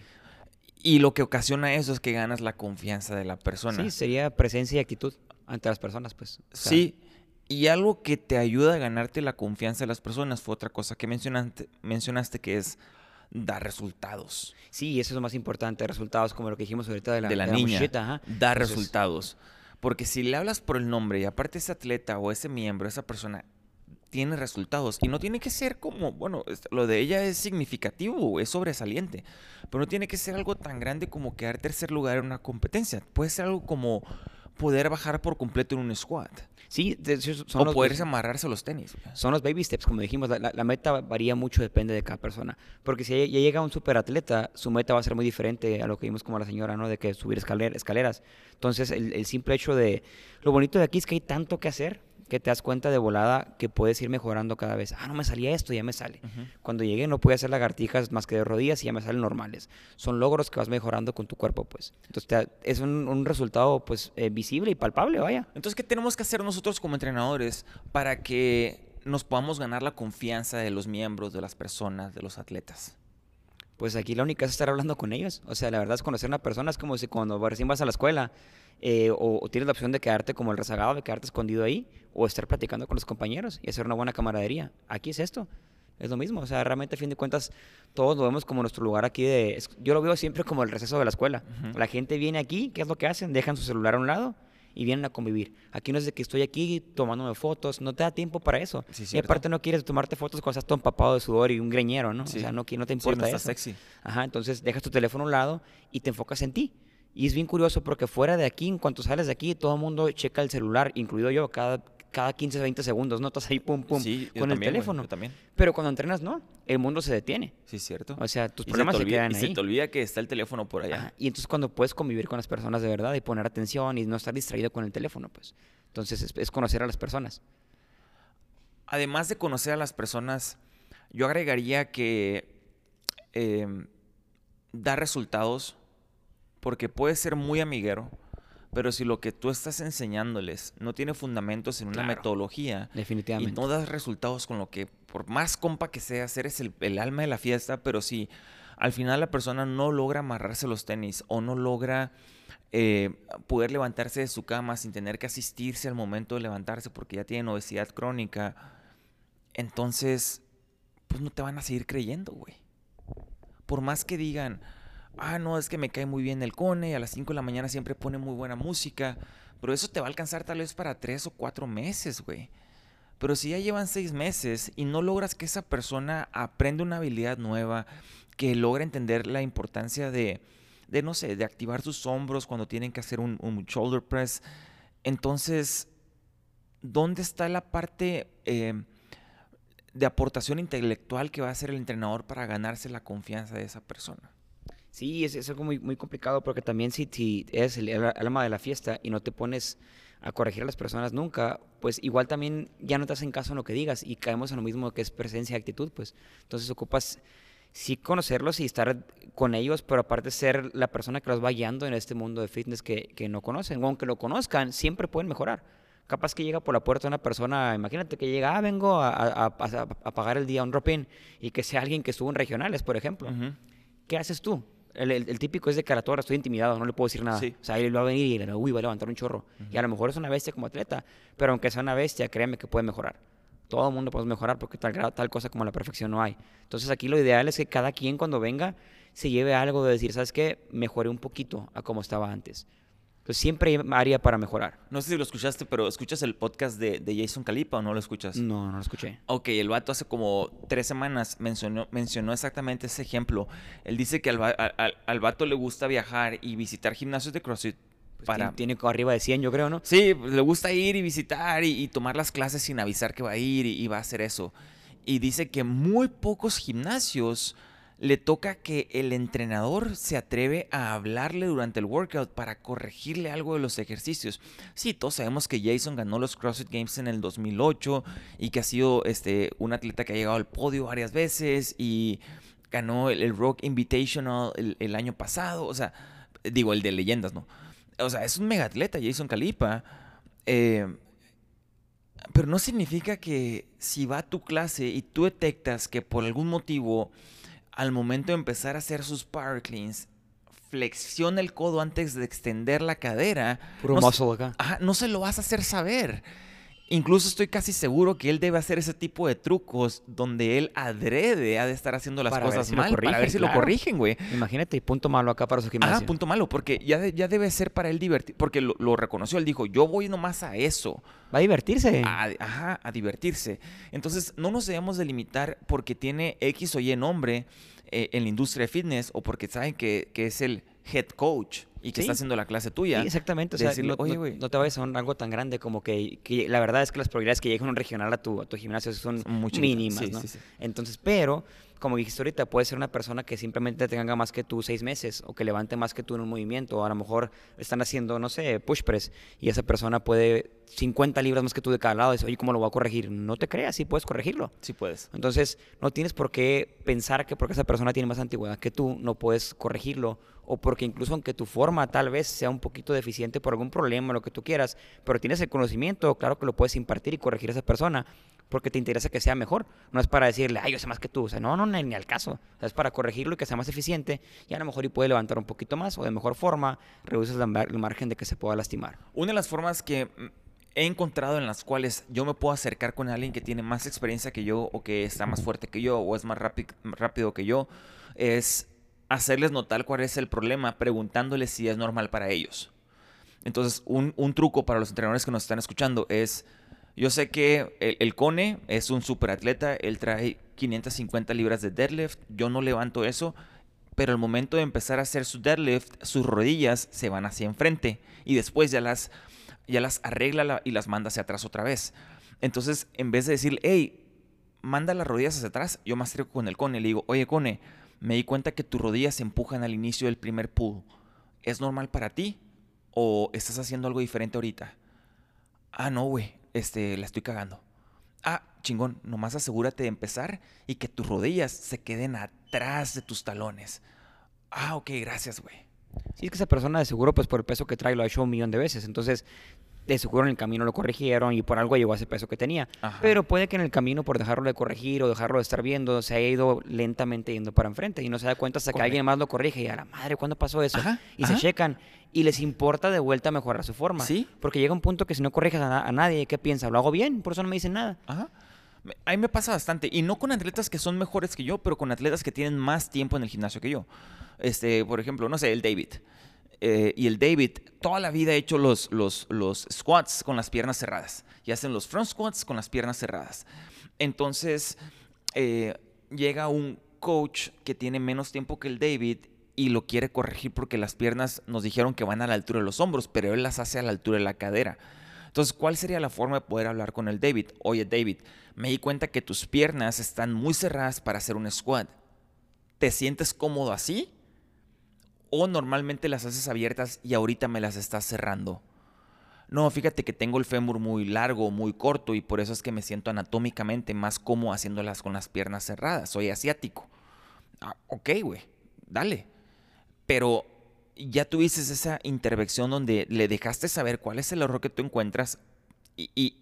Y lo que ocasiona eso es que ganas la confianza de la persona.
Sí, sería presencia y actitud ante las personas, pues. O sea,
Sí, y algo que te ayuda a ganarte la confianza de las personas fue otra cosa que mencionaste, mencionaste que es dar resultados.
Sí, eso es lo más importante, resultados como lo que dijimos ahorita de la,
de la
de
niña,
muchachita, ajá.
dar
Entonces,
resultados. Porque si le hablas por el nombre y aparte ese atleta o ese miembro, esa persona tiene resultados y no tiene que ser como, bueno, es- lo de ella es significativo, es sobresaliente, pero no tiene que ser algo tan grande como quedar tercer lugar en una competencia. Puede ser algo como poder bajar por completo en un squat
Sí, de hecho, son
o
los,
poderse amarrarse a los tenis. güey.
son los baby steps, como dijimos, la, la- la meta varía mucho, depende de cada persona. Porque si ya ya llega un superatleta, su meta va a ser muy diferente a lo que vimos como la señora, ¿no? De que subir escaler- escaleras. Entonces, el, el simple hecho de... Lo bonito de aquí es que hay tanto que hacer que te das cuenta de volada que puedes ir mejorando cada vez. Ah, no me salía esto, ya me sale.
Ujú.
Cuando llegue no puedo hacer lagartijas más que de rodillas y ya me salen normales. Son logros que vas mejorando con tu cuerpo, pues. Entonces, te da- es un, un resultado, pues, eh, visible y palpable, vaya.
Entonces, ¿qué tenemos que hacer nosotros como entrenadores para que nos podamos ganar la confianza de los miembros, de las personas, de los atletas?
Pues aquí la única es estar hablando con ellos. O sea, la verdad es conocer a una persona es como si cuando recién vas a la escuela eh, o, o tienes la opción de quedarte como el rezagado, de quedarte escondido ahí, o estar platicando con los compañeros y hacer una buena camaradería. Aquí es esto. Es lo mismo. O sea, realmente a fin de cuentas todos lo vemos como nuestro lugar aquí de... es- Yo lo veo siempre como el receso de la escuela.
Ujú.
La gente viene aquí, ¿qué es lo que hacen? Dejan su celular a un lado y vienen a convivir. Aquí no es de que estoy aquí tomándome fotos, no te da tiempo para eso.
Sí,
y
cierto.
aparte no quieres tomarte fotos cuando estás todo empapado de sudor y un greñero, ¿no?
Sí.
O sea, no, qui- no te
Sí,
importa
no está
eso.
sexy.
Ajá, entonces dejas tu teléfono a un lado y te enfocas en ti. Y es bien curioso porque fuera de aquí, en cuanto sales de aquí, todo el mundo checa el celular, incluido yo, cada, cada quince, veinte segundos, ¿no? Estás ahí pum, pum,
Sí, yo
con el
también, güey,
teléfono.
yo también.
Pero cuando entrenas, no, el mundo se detiene.
Sí, es cierto.
O sea, tus
Y se
problemas
te
se,
olvida-
quedan
y se
ahí.
te olvida que está el teléfono por allá.
Ajá, y entonces cuando puedes convivir con las personas de verdad y poner atención y no estar distraído con el teléfono, pues. Entonces es, es conocer a las personas.
Además de conocer a las personas, yo agregaría que eh, dar resultados, porque puede ser muy amiguero, pero si lo que tú estás enseñándoles no tiene fundamentos en una
Claro.
metodología y
Definitivamente.
no das resultados con lo que, por más compa que seas, eres el, el alma de la fiesta, pero si al final la persona no logra amarrarse los tenis o no logra eh, poder levantarse de su cama sin tener que asistirse al momento de levantarse porque ya tienen obesidad crónica, entonces pues no te van a seguir creyendo, güey. Por más que digan, ah, no, es que me cae muy bien el Cone, a las cinco de la mañana siempre pone muy buena música, pero eso te va a alcanzar tal vez para tres o cuatro meses, güey. Pero si ya llevan seis meses y no logras que esa persona aprenda una habilidad nueva, que logra entender la importancia de, de no sé, de activar sus hombros cuando tienen que hacer un, un shoulder press, entonces, ¿dónde está la parte eh, de aportación intelectual que va a hacer el entrenador para ganarse la confianza de esa persona?
Sí, es, es algo muy, muy complicado porque también si, si eres el, el alma de la fiesta y no te pones a corregir a las personas nunca, pues igual también ya no te hacen caso en lo que digas y caemos en lo mismo que es presencia y actitud, pues. Entonces ocupas sí conocerlos y estar con ellos, pero aparte ser la persona que los va guiando en este mundo de fitness que, que no conocen. O aunque lo conozcan, siempre pueden mejorar. Capaz que llega por la puerta una persona, imagínate que llega, ah, vengo a, a, a, a pagar el día un drop-in y que sea alguien que estuvo en regionales, por ejemplo.
Ujú.
¿Qué haces tú? El, el, el típico es de cara toda, estoy intimidado, no le puedo decir nada.
Sí.
O sea, él va a venir y le, uy, va a levantar un chorro.
Ujú.
Y a lo mejor es una bestia como atleta, pero aunque sea una bestia, créeme que puede mejorar. Todo el mundo puede mejorar porque tal, tal cosa como la perfección no hay. Entonces aquí lo ideal es que cada quien cuando venga se lleve algo de decir, ¿sabes qué? Mejoré un poquito a como estaba antes. Entonces siempre hay área para mejorar.
No sé si lo escuchaste, pero ¿escuchas el podcast de, de Jason Calipa o no lo escuchas?
No, no lo escuché.
Ok, el vato hace como tres semanas mencionó, mencionó exactamente ese ejemplo. Él dice que al, va- al, al vato le gusta viajar y visitar gimnasios de CrossFit
Pues
para...
tiene, tiene arriba de cien, yo creo, ¿no?
Sí, pues, le gusta ir y visitar y, y tomar las clases sin avisar que va a ir y, y va a hacer eso. Y dice que muy pocos gimnasios le toca que el entrenador se atreve a hablarle durante el workout para corregirle algo de los ejercicios. Sí, todos sabemos que Jason ganó los CrossFit Games en el dos mil ocho y que ha sido este, un atleta que ha llegado al podio varias veces y ganó el, el Rock Invitational el, el año pasado. O sea, digo, el de leyendas, ¿no? O sea, es un mega atleta, Jason Calipa. Eh, pero no significa que si va a tu clase y tú detectas que por algún motivo al momento de empezar a hacer sus power cleans, flexiona el codo antes de extender la cadera.
Puro
no,
muscle acá.
Ajá, no se lo vas a hacer saber. Incluso estoy casi seguro que él debe hacer ese tipo de trucos donde él adrede ha de estar haciendo las
Para ver
cosas
si lo
mal para ver
corrigen,
si lo
claro.
corrigen, güey.
Imagínate, punto malo acá para su gimnasio.
Ajá, punto malo, porque ya, de- ya debe ser para él divertir, porque lo, lo reconoció, él dijo, yo voy nomás a eso.
Va a divertirse.
A, ajá, a divertirse. Entonces, no nos debemos de limitar porque tiene X o Y nombre eh, en la industria de fitness o porque saben que, que es el head coach y que
Sí.
está haciendo la clase tuya.
Sí, exactamente. O
de
sea,
decirle,
no,
oye,
no-
güey,
no te vayas a un algo tan grande como que, que la verdad es que las probabilidades que llegue un regional a tu, a tu gimnasio son
son muy chiquitas.
mínimas,
Sí,
¿no?
sí, sí.
Entonces, pero, como dijiste ahorita, puede ser una persona que simplemente tenga más que tú seis meses o que levante más que tú en un movimiento. O a lo mejor están haciendo, no sé, push press y esa persona puede cincuenta libras más que tú de cada lado. Y dices, oye, ¿cómo lo voy a corregir? No te creas, sí puedes corregirlo.
Sí puedes.
Entonces, no tienes por qué pensar que porque esa persona tiene más antigüedad que tú, no puedes corregirlo. O porque incluso aunque tu forma tal vez sea un poquito deficiente por algún problema, lo que tú quieras, pero tienes el conocimiento, claro que lo puedes impartir y corregir a esa persona porque te interesa que sea mejor. No es para decirle, ay, yo sé más que tú. O sea, no, no, ni, ni al caso. O sea, es para corregirlo y que sea más eficiente y a lo mejor y puede levantar un poquito más o de mejor forma, reduces la mar- el margen de que se pueda lastimar.
Una de las formas que mm, he encontrado en las cuales yo me puedo acercar con alguien que tiene más experiencia que yo o que está más fuerte que yo o es más rápido, rápido que yo es hacerles notar cuál es el problema preguntándoles si es normal para ellos. Entonces, un, un truco para los entrenadores que nos están escuchando es, yo sé que el, el Cone es un superatleta, él trae quinientas cincuenta libras de deadlift, yo no levanto eso, pero al momento de empezar a hacer su deadlift, sus rodillas se van hacia enfrente y después ya las, ya las arregla la- y las manda hacia atrás otra vez. Entonces, en vez de decir, hey, manda las rodillas hacia atrás, yo me acerco con el Cone y le digo, oye, Cone, me di cuenta que tus rodillas se empujan al inicio del primer pull. ¿Es normal para ti? ¿O estás haciendo algo diferente ahorita? Ah, no, güey, este, la estoy cagando. Ah, chingón, nomás asegúrate de empezar y que tus rodillas se queden atrás de tus talones. Ah, ok, gracias, güey.
Sí, es que esa persona de seguro, pues por el peso que trae, lo ha hecho un millón de veces. Entonces, de seguro en el camino lo corrigieron y por algo llegó a ese peso que tenía.
Ajá.
Pero puede que en el camino, por dejarlo de corregir o dejarlo de estar viendo, se haya ido lentamente yendo para enfrente y no se da cuenta hasta que
Correcto.
alguien más lo corrige y a la madre, ¿cuándo pasó eso?
Ajá,
y
ajá.
se checan y les importa de vuelta mejorar su forma.
Sí.
Porque llega un punto que si no corriges a, na- a nadie, ¿qué piensa? ¿Lo hago bien? Por eso no me dicen nada.
Ajá. Me- A mí me pasa bastante. Y no con atletas que son mejores que yo, pero con atletas que tienen más tiempo en el gimnasio que yo. Este, por ejemplo, no sé, el David. Eh, y el David toda la vida ha hecho los, los, los squats con las piernas cerradas. Y hacen los front squats con las piernas cerradas. Entonces, eh, llega un coach que tiene menos tiempo que el David y lo quiere corregir porque las piernas nos dijeron que van a la altura de los hombros, pero él las hace a la altura de la cadera. Entonces, ¿cuál sería la forma de poder hablar con el David? Oye, David, me di cuenta que tus piernas están muy cerradas para hacer un squat. ¿Te sientes cómodo así? O normalmente las haces abiertas y ahorita me las estás cerrando. No, fíjate que tengo el fémur muy largo, muy corto y por eso es que me siento anatómicamente más cómodo haciéndolas con las piernas cerradas. Soy asiático. Ah, ok, güey, dale. Pero ya tuviste esa intervención donde le dejaste saber cuál es el error que tú encuentras y, y,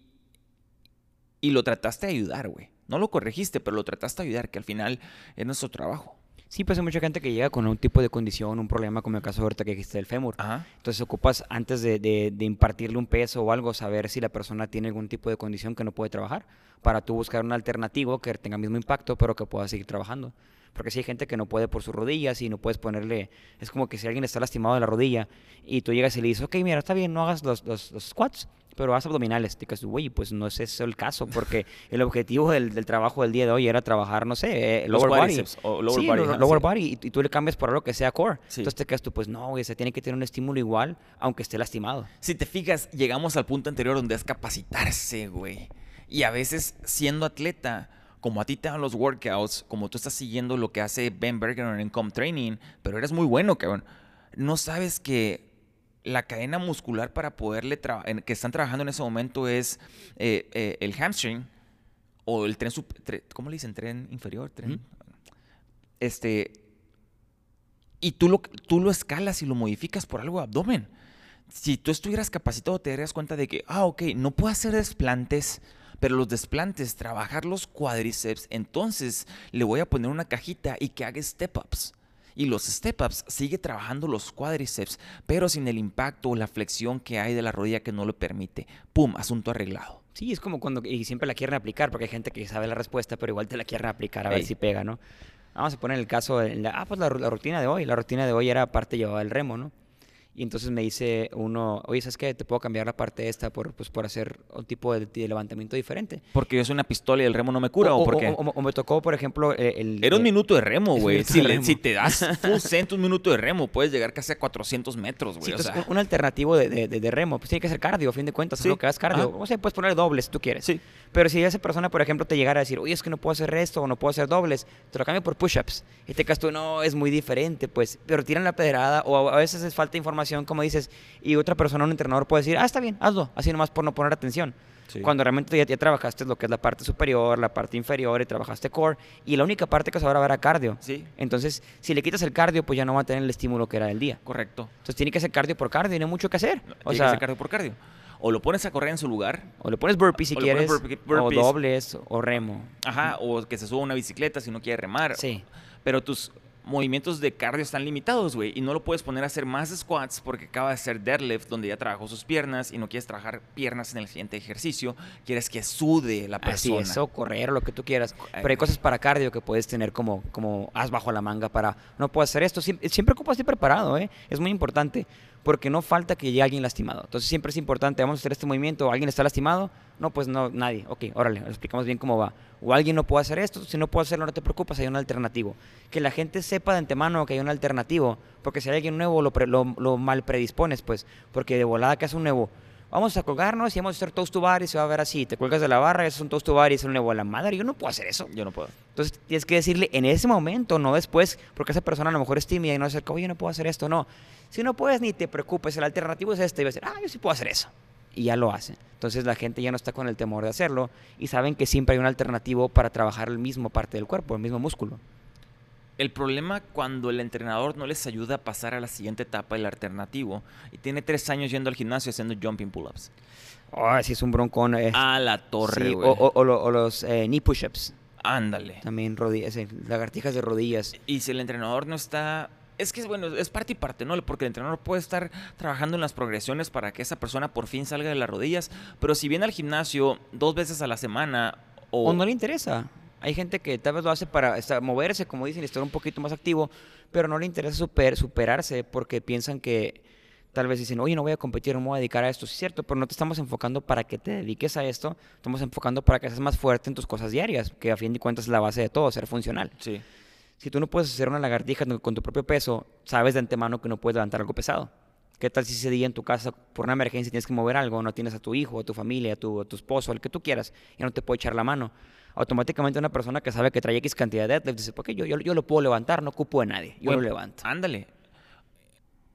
y lo trataste de ayudar, güey. No lo corregiste, pero lo trataste de ayudar, que al final es nuestro trabajo.
Sí, pues hay mucha gente que llega con un tipo de condición, un problema, como el caso ahorita que dijiste del fémur.
Ajá.
Entonces ocupas, antes de, de, de impartirle un peso o algo, saber si la persona tiene algún tipo de condición que no puede trabajar, para tú buscar un alternativo que tenga el mismo impacto, pero que pueda seguir trabajando. Porque si hay gente que no puede por sus rodillas y no puedes ponerle... Es como que si alguien está lastimado de la rodilla y tú llegas y le dices, ok, mira, está bien, no hagas los, los, los squats, pero haz abdominales. Te dices, güey, pues no es ese el caso, porque el objetivo del, del trabajo del día de hoy era trabajar, no sé, eh,
Los
lower body.
cuádriceps o lower
sí,
body,
lo-
ajá,
lower
sí.
body, y, y tú le cambias por algo que sea core.
Sí.
Entonces te quedas tú, pues no, güey, se tiene que tener un estímulo igual, aunque esté lastimado.
Si te fijas, llegamos al punto anterior donde es capacitarse, güey. Y a veces, siendo atleta, como a ti te dan los workouts, como tú estás siguiendo lo que hace Ben Bergeron en Com Training, pero eres muy bueno, cabrón. No sabes que la cadena muscular para poderle traba- en- que están trabajando en ese momento es eh, eh, el hamstring o el tren, sup- tre- ¿cómo le dicen? Tren inferior, tren.
Ujú.
Este, y tú lo, tú lo escalas y lo modificas por algo de abdomen. Si tú estuvieras capacitado, te darías cuenta de que, ah, ok, no puedo hacer desplantes, pero los desplantes, trabajar los cuádriceps, entonces le voy a poner una cajita y que haga step-ups. Y los step-ups sigue trabajando los cuádriceps, pero sin el impacto o la flexión que hay de la rodilla que no lo permite. ¡Pum! Asunto arreglado.
Sí, es como cuando... Y siempre la quieren aplicar, porque hay gente que sabe la respuesta, pero igual te la quieren aplicar a ver
Ey.
si pega, ¿no? Vamos a poner el caso de... la- ah, pues la, ru- la rutina de hoy. La rutina de hoy era aparte llevaba el remo, ¿no? Y entonces me dice uno, oye, ¿sabes qué? Te puedo cambiar la parte esta por, pues, por hacer un tipo de, de levantamiento diferente.
Porque yo soy una pistola y el remo no me cura, ¿o, por qué?
O, o- o me tocó, por ejemplo, eh, el...
Era un
eh,
minuto de remo,
es un
güey.
minuto
Si,
de
le-
remo.
si te das full send un minuto de remo, puedes llegar casi a cuatrocientos metros,
Sí,
güey. O
entonces,
sea,
un, un alternativo de, de, de- de remo, pues tiene que ser cardio, a fin de cuentas,
Sí.
es lo que hagas cardio.
Ajá.
O sea, puedes poner dobles si tú quieres.
sí.
Pero si esa persona, por ejemplo, te llegara a decir, oye, es que no puedo hacer esto o no puedo hacer dobles, te lo cambio por push-ups. Y te quedas tú, no, es muy diferente, pues. Pero tiran la pedrada o a a veces es falta de información, como dices, y otra persona, un entrenador, puede decir, ah, está bien, hazlo, así nomás por no poner atención.
Sí.
Cuando realmente ya, ya trabajaste lo que es la parte superior, la parte inferior y trabajaste core, y la única parte que se ahora era cardio.
Sí.
Entonces, si le quitas el cardio, pues ya no va a tener el estímulo que era del día.
Correcto.
Entonces tiene que ser cardio por cardio y no hay mucho que hacer.
Tiene
O
que
sea,
ser cardio por cardio. O lo pones a correr en su lugar.
o le pones burpees si
o le pones
quieres,
burpe-
o
burpees.
dobles, o remo.
Ajá. O que se suba a una bicicleta si no quiere remar.
Sí.
Pero tus movimientos de cardio están limitados, güey. Y no lo puedes poner a hacer más squats porque acaba de hacer deadlift donde ya trabajó sus piernas y no quieres trabajar piernas en el siguiente ejercicio. Quieres que sude la
Así
persona.
es, o correr, lo que tú quieras. Pero hay cosas para cardio que puedes tener como, como as bajo la manga para, no puedo hacer esto. Siempre, siempre ocupas estar preparado, ¿eh? Es muy importante, porque no falta que llegue alguien lastimado. Entonces siempre es importante, vamos a hacer este movimiento, ¿alguien está lastimado? No, pues no, nadie. Ok, órale, le explicamos bien cómo va. O alguien no puede hacer esto, si no puede hacerlo, no te preocupes, hay un alternativo. Que la gente sepa de antemano que hay un alternativo, porque si hay alguien nuevo lo, pre- lo, lo mal predispones, pues, porque de volada que hace un nuevo, vamos a colgarnos y vamos a hacer toast to bar y se va a ver así, te cuelgas de la barra y es un toast to bar y es un nuevo a la madre, yo no puedo hacer eso.
Yo no puedo.
Entonces tienes que decirle en ese momento, no después, porque esa persona a lo mejor es tímida y no acerca, oye, no puedo hacer esto, no. Si no puedes, ni te preocupes, el alternativo es este, y va a decir, ah, yo sí puedo hacer eso. Y ya lo hacen. Entonces la gente ya no está con el temor de hacerlo y saben que siempre hay un alternativo para trabajar el mismo parte del cuerpo, el mismo músculo.
El problema cuando el entrenador no les ayuda a pasar a la siguiente etapa del alternativo y tiene tres años yendo al gimnasio haciendo jumping pull-ups.
Oh, sí es un broncón. eh.
A la torre,
Sí,
güey.
o, o- o lo- o los eh, knee push-ups,
Ándale.
también rodillas, eh, lagartijas de rodillas.
Y si el entrenador no está... Es que, bueno, es parte y parte, ¿no? Porque el entrenador puede estar trabajando en las progresiones para que esa persona por fin salga de las rodillas, pero si viene al gimnasio dos veces a la semana o...
O no le interesa. Hay gente que tal vez lo hace para estar- moverse, como dicen, y estar un poquito más activo, pero no le interesa super- superarse porque piensan que tal vez dicen, oye, no voy a competir, no me voy a dedicar a esto. Sí, es cierto, pero no te estamos enfocando para que te dediques a esto, estamos enfocando para que seas más fuerte en tus cosas diarias, que a fin de cuentas es la base de todo, ser funcional.
Sí.
Si tú no puedes hacer una lagartija con tu propio peso, sabes de antemano que no puedes levantar algo pesado. ¿Qué tal si ese día en tu casa, por una emergencia, tienes que mover algo, no tienes a tu hijo, a tu familia, a tu, a tu esposo, al que tú quieras, y no te puede echar la mano? Automáticamente una persona que sabe que trae X cantidad de deadlift dice, ¿por qué yo, yo, yo lo puedo levantar? No ocupo de nadie, yo
Bueno,
lo levanto.
Ándale.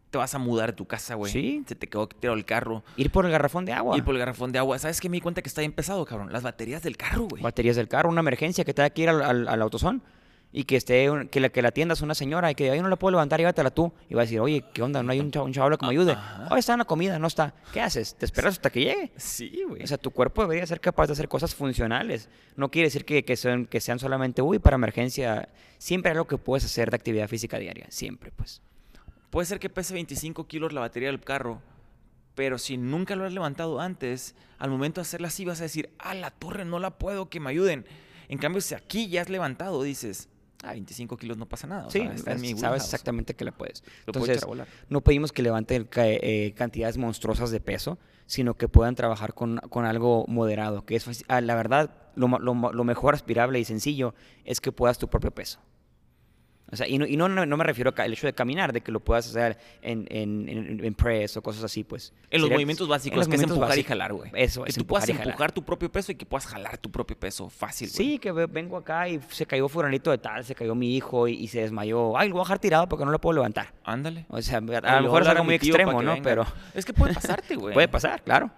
te vas a mudar a tu casa, güey.
Sí.
Se te quedó tirado el carro.
Ir por el garrafón de agua.
Ir por el garrafón de agua. ¿Sabes qué? Me di cuenta que está bien pesado, cabrón. Las baterías del carro, güey.
Baterías del carro, una emergencia que tenga que ir al, al, al autosón y que esté un- que la que la atienda es una señora y que ahí no la puedo levantar, llévatela tú. Y va a decir, oye, ¿qué onda? No hay un chavo, un chabalo que me ayude.
Ajá.
Oye, está en la comida, no está. ¿Qué haces? ¿Te esperas hasta que llegue?
Sí, güey.
O sea, tu cuerpo debería ser capaz de hacer cosas funcionales. No quiere decir que, que, sean, que sean solamente, uy, para emergencia. Siempre hay algo que puedes hacer de actividad física diaria. Siempre, pues.
Puede ser que pese veinticinco kilos la batería del carro, pero si nunca lo has levantado antes, al momento de hacerla así vas a decir, ah, la torre no la puedo, que me ayuden. En cambio, si aquí ya has levantado, dices, ah, veinticinco kilos no pasa nada. O
Sí,
sea, está en mi
sabes
wheelhouse.
exactamente que la puedes.
Lo puedo
Entonces,
echar a volar.
no pedimos que levanten ca- eh, cantidades monstruosas de peso, sino que puedan trabajar con, con algo moderado. Que es, faci- ah, la verdad, lo, ma- lo ma- lo mejor aspirable y sencillo es que puedas tu propio peso. O sea, y no, y no, no, no me refiero al hecho de caminar, de que lo puedas hacer en, en, en, en press o cosas así, pues.
En los
Sería-
movimientos básicos,
en los
que es
movimientos
empujar y
básicos.
jalar, güey.
Eso,
Que
es
tú puedas
empujar y jalar.
empujar tu propio peso y que puedas jalar tu propio peso fácil, güey.
Sí, que ve- vengo acá y se cayó fulanito de tal, se cayó mi hijo y, y se desmayó. Ay, lo voy a dejar tirado porque no lo puedo levantar.
Ándale.
O sea, a
Y
lo
luego
mejor es
hablar
algo
a mi
muy
tío para
extremo,
que
¿no?
venga.
Pero
Es que puede pasarte, güey.
puede pasar, claro.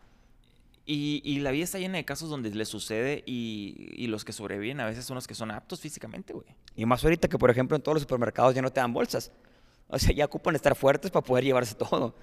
Y, y la vida está llena de casos donde le sucede y, y los que sobreviven a veces son los que son aptos físicamente, güey.
Y más ahorita que, por ejemplo, en todos los supermercados ya no te dan bolsas. O sea, ya ocupan estar fuertes para poder llevarse todo.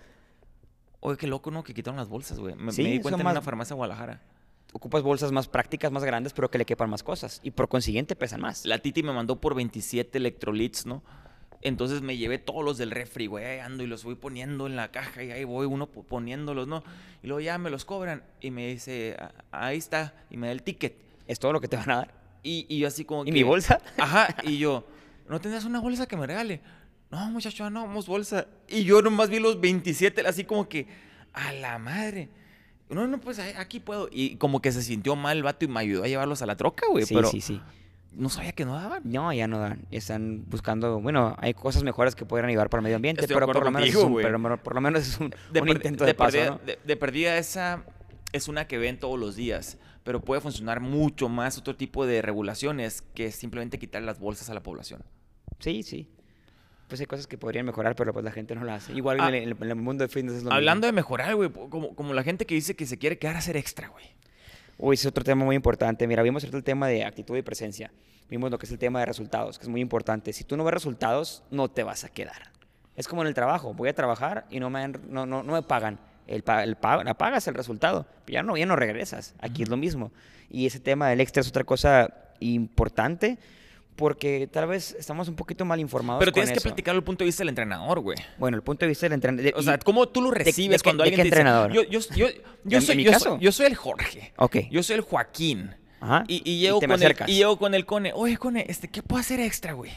Oye, qué loco, ¿no? Que quitaron las bolsas, güey. Me,
Sí,
me di
son
cuenta en
más-
una farmacia de Guadalajara.
Ocupas bolsas más prácticas, más grandes, pero que le quepan más cosas. Y por consiguiente pesan más.
La Titi me mandó por veintisiete electrolits, ¿no? Entonces me llevé todos los del refri, güey, ahí ando y los voy poniendo en la caja y ahí voy uno po- poniéndolos, ¿no? Y luego ya me los cobran y me dice, "Ah, ahí está", y me da el ticket.
Es todo lo que te van a dar.
Y, y yo así como
¿Y
que...
mi bolsa?
Ajá, y yo, ¿no tendrás una bolsa que me regale? No, muchacho, no vamos bolsa. Y yo nomás vi los veintisiete, así como que, a la madre. No, no, pues ahí- aquí puedo. Y como que se sintió mal el vato y me ayudó a llevarlos a la troca, güey.
Sí,
pero
sí, sí.
no sabía que no daban.
No, ya no dan. Están buscando, bueno, hay cosas mejores que podrían ayudar para el medio ambiente,
Estoy de
pero por
acuerdo
lo, menos es
contigo,
un,
güey.
pero por lo menos es un,
De,
un
per-
intento
de
de, paso,
perdida,
¿no?
de- de perdida esa es una que ven todos los días, pero puede funcionar mucho más otro tipo de regulaciones que simplemente quitar las bolsas a la población.
Sí, sí. Pues hay cosas que podrían mejorar, pero pues la gente no lo hace. Igual
Ah,
en, el, en el mundo de fitness es lo
Hablando
mismo.
de mejorar, güey, como, como la gente que dice que se quiere quedar a hacer extra, güey.
Uy, ese es otro tema muy importante. Mira, vimos ahorita el tema de actitud y presencia. Vimos lo que es el tema de resultados, que es muy importante. Si tú no ves resultados, no te vas a quedar. Es como en el trabajo. Voy a trabajar y no me, dan- no, no, no me pagan. El, pa- el pa- la paga es el resultado. Pero ya no, ya no regresas. Aquí es lo mismo. Y ese tema del extra es otra cosa importante porque tal vez estamos un poquito mal informados
Pero
con
tienes que
eso.
platicar el punto de vista del entrenador, güey.
Bueno, el punto de vista del entrenador.
O sea, ¿cómo tú lo recibes
de qué-
cuando
de
alguien
qué
te dice,
entrenador?
Yo, yo, yo, yo
¿En
soy,
mi
yo,
caso?
soy, yo soy el Jorge.
Ok.
Yo soy el Joaquín.
Ajá.
Y, y llego
te me
con el,
acercas.
y llego con el Cone. Oye, Cone, este, ¿qué puedo hacer extra, güey?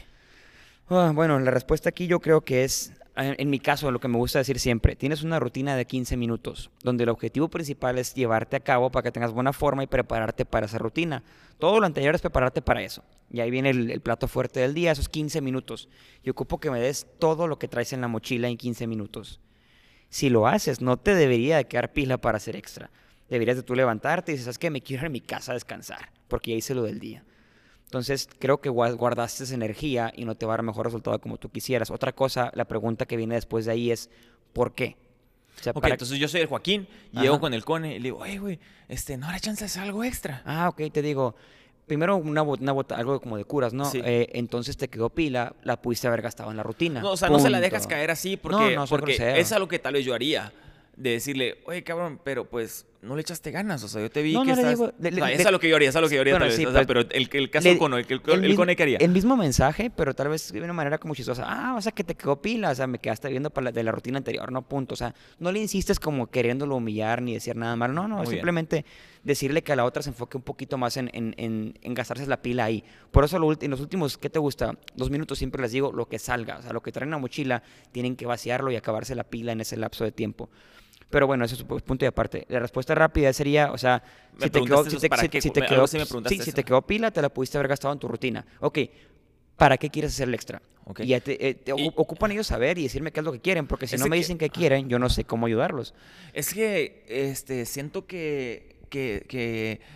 Ah, bueno, la respuesta aquí yo creo que es, en, en mi caso, lo que me gusta decir siempre, tienes una rutina de quince minutos, donde el objetivo principal es llevarte a cabo para que tengas buena forma y prepararte para esa rutina. Todo lo anterior es prepararte para eso. Y ahí viene el, el plato fuerte del día, esos quince minutos. Y ocupo que me des todo lo que traes en la mochila en quince minutos. Si lo haces, no te debería de quedar pila para hacer extra. Deberías de tú levantarte y dices, ¿sabes qué? Me quiero ir a mi casa a descansar, porque ya hice lo del día. Entonces, creo que gua- guardaste esa energía y no te va a dar mejor resultado como tú quisieras. Otra cosa, la pregunta que viene después de ahí es, ¿por qué? O sea,
Ok,
para-
entonces yo soy el Joaquín,
Ajá.
llego con el Cone y le digo, oye, güey, este, no hará chance de hacer algo extra.
Ah, ok, te digo, primero una, bot- una bota- algo como de curas, ¿no?
Sí.
Eh, entonces te quedó pila, la pudiste haber gastado en la rutina.
No, o sea, no se la
Punto.
dejas caer así porque,
No, no, soy
porque
grosero.
es algo que tal vez yo haría. De decirle, oye, cabrón, pero pues no le echaste ganas. O sea, yo te vi
No,
que
no le
estás...
digo- le-
O sea,
le-
es a lo que yo haría, es a lo que yo haría
Bueno,
tal vez.
sí,
o sea,
pues,
pero el, el caso
Le-
del Cono, el, el, el,
mismo-
Cone que haría.
el mismo mensaje, pero tal vez de una manera como chistosa. Ah, o sea, que te quedó pila, o sea, me quedaste viendo para la- de la rutina anterior, no punto. O sea, no le insistes como queriéndolo humillar ni decir nada malo. No, no,
Muy bien.
simplemente decirle que a la otra se enfoque un poquito más en, en, en, en gastarse la pila ahí. Por eso lo ulti- en los últimos, ¿qué te gusta? Dos minutos siempre les digo lo que salga. O sea, lo que traen en la mochila, tienen que vaciarlo y acabarse la pila en ese lapso de tiempo. Pero bueno, eso es un punto y aparte. La respuesta rápida sería, o sea,
Me
si te quedó,
preguntaste
si
eso,
te,
¿para
si-
qué?
si te
Me-
quedó,
algo así me preguntaste
sí, si
eso.
te quedó pila, te la pudiste haber gastado en tu rutina. Ok, ¿para qué quieres hacer el extra?
Ok.
Y ya te, eh, te
Y-
ocu- ocupan ellos saber y decirme qué es lo que quieren, porque si
Es
no me
que-
dicen qué quieren, yo no sé cómo ayudarlos.
Es que este, siento que, que, que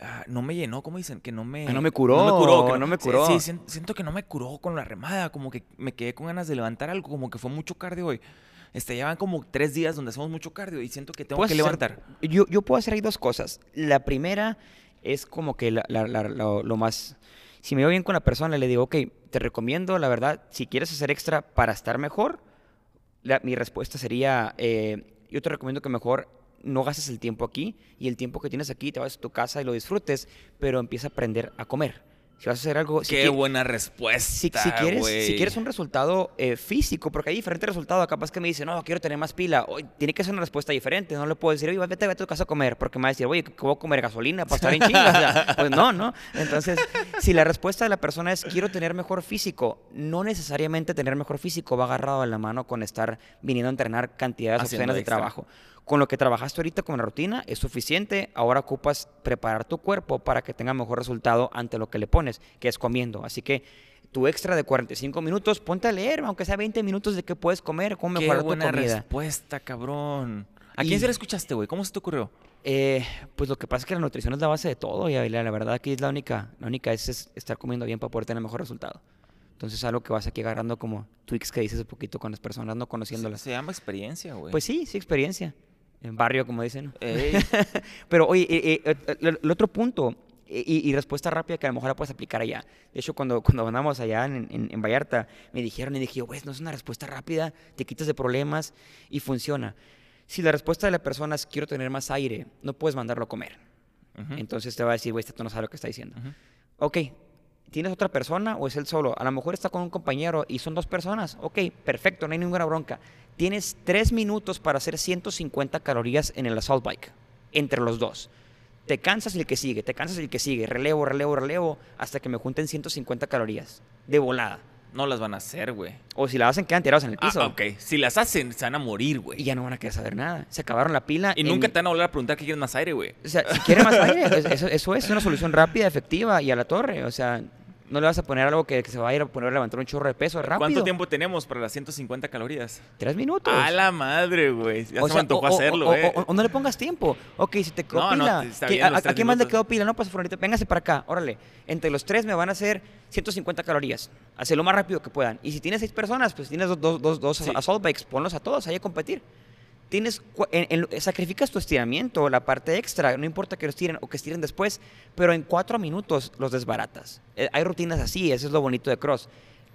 ah, no me llenó, ¿cómo dicen? Que no me...
Ah, no me curó,
No me curó. Que
no me curó.
Sí, sí, siento que no me curó con la remada. Como que me quedé con ganas de levantar algo. Como que fue mucho cardio hoy. Este, ya van como tres días donde hacemos mucho cardio y siento que tengo
Puedes
que
hacer-
levantar.
yo, yo puedo hacer ahí dos cosas. La primera es como que la- la- la- lo, lo más... Si me veo bien con la persona, le digo, ok, te recomiendo, la verdad, si quieres hacer extra para estar mejor, la- mi respuesta sería, eh, yo te recomiendo que mejor no gastes el tiempo aquí y el tiempo que tienes aquí te vas a tu casa y lo disfrutes, pero empieza a aprender a comer. Si vas a hacer algo... Si
Qué
qui-
buena
si,
respuesta,
si quieres,
güey.
si quieres un resultado eh, físico, porque hay diferentes resultados, capaz que me dice, no, quiero tener más pila, oye, tiene que ser una respuesta diferente, no le puedo decir, oye, vete, vete a tu casa a comer, porque me va a decir, oye, ¿qué voy a comer gasolina para estar en chinga? O sea, pues no, ¿no? Entonces, si la respuesta de la persona es, quiero tener mejor físico, no necesariamente tener mejor físico va agarrado de la mano con estar viniendo a entrenar cantidades
Haciendo
obscenas de
extra.
trabajo. Con lo que trabajaste ahorita con la rutina es suficiente. Ahora ocupas preparar tu cuerpo para que tenga mejor resultado ante lo que le pones, que es comiendo. Así que tu extra de cuarenta y cinco minutos, ponte a leer, aunque sea veinte minutos de qué puedes comer, cómo
Qué
mejorar tu
buena
comida.
respuesta, cabrón. ¿A
Y-
quién se la escuchaste, güey? ¿Cómo se te ocurrió?
Eh, pues lo que pasa es que la nutrición es la base de todo y la, la verdad que es la única, la única es, es estar comiendo bien para poder tener mejor resultado. Entonces es algo que vas aquí agarrando como tweaks que dices un poquito con las personas, no
Se,
conociéndolas.
se llama experiencia, güey.
Pues sí, sí, experiencia. En barrio, como dicen.
Ey,
Pero oye, eh, eh, eh, el, el otro punto, eh, y, y respuesta rápida que a lo mejor la puedes aplicar allá. De hecho, cuando, cuando andamos allá en, en, en Vallarta, me dijeron y dije, güey, no es una respuesta rápida, te quitas de problemas y funciona. Si la respuesta de la persona es quiero tener más aire, no puedes mandarlo a comer.
ujú,
Entonces te va a decir, güey, este tú no sabes lo que está diciendo.
ujú.
Ok, ¿tienes otra persona o es él solo? A lo mejor está con un compañero y son dos personas. Ok, perfecto, no hay ninguna bronca. Tienes tres minutos para hacer ciento cincuenta calorías en el assault bike, entre los dos. Te cansas y el que sigue, te cansas y el que sigue, relevo, relevo, relevo, hasta que me junten ciento cincuenta calorías de volada.
No las van a hacer, güey.
O si la hacen, quedan tirados en el piso.
Ah, ok. Si las hacen, se van a morir, güey.
Y ya no van a querer saber nada. Se acabaron la pila.
Y
en-
nunca te van a volver a preguntar que quieres más aire, güey.
O sea, si quiere más aire, es- eso, eso es una solución rápida, efectiva y a la torre. O sea, no le vas a poner algo que, que se va a ir a poner a levantar un chorro de peso rápido.
¿Cuánto tiempo tenemos para las ciento cincuenta calorías?
Tres minutos.
A la madre, güey. Ya
O
se
sea,
me antojó
o- o-
hacerlo,
o-
eh.
o- o no le pongas tiempo. Ok, si te quedó
No, no,
pila.
está
¿qué-
bien
a,
los
a
tres
quién más le
minutos.
quedó pila? No, pues ahorita, véngase para acá, órale. Entre los tres me van a hacer ciento cincuenta calorías. Hazlo lo más rápido que puedan. Y si tienes seis personas, pues tienes dos, dos, dos, dos
Sí.
assault bikes, ponlos a todos ahí a competir. Tienes, cu- en- en- sacrificas tu estiramiento, la parte extra, no importa que los tiren o que estiren después, pero en cuatro minutos los desbaratas. Eh, hay rutinas así, eso es lo bonito de cross.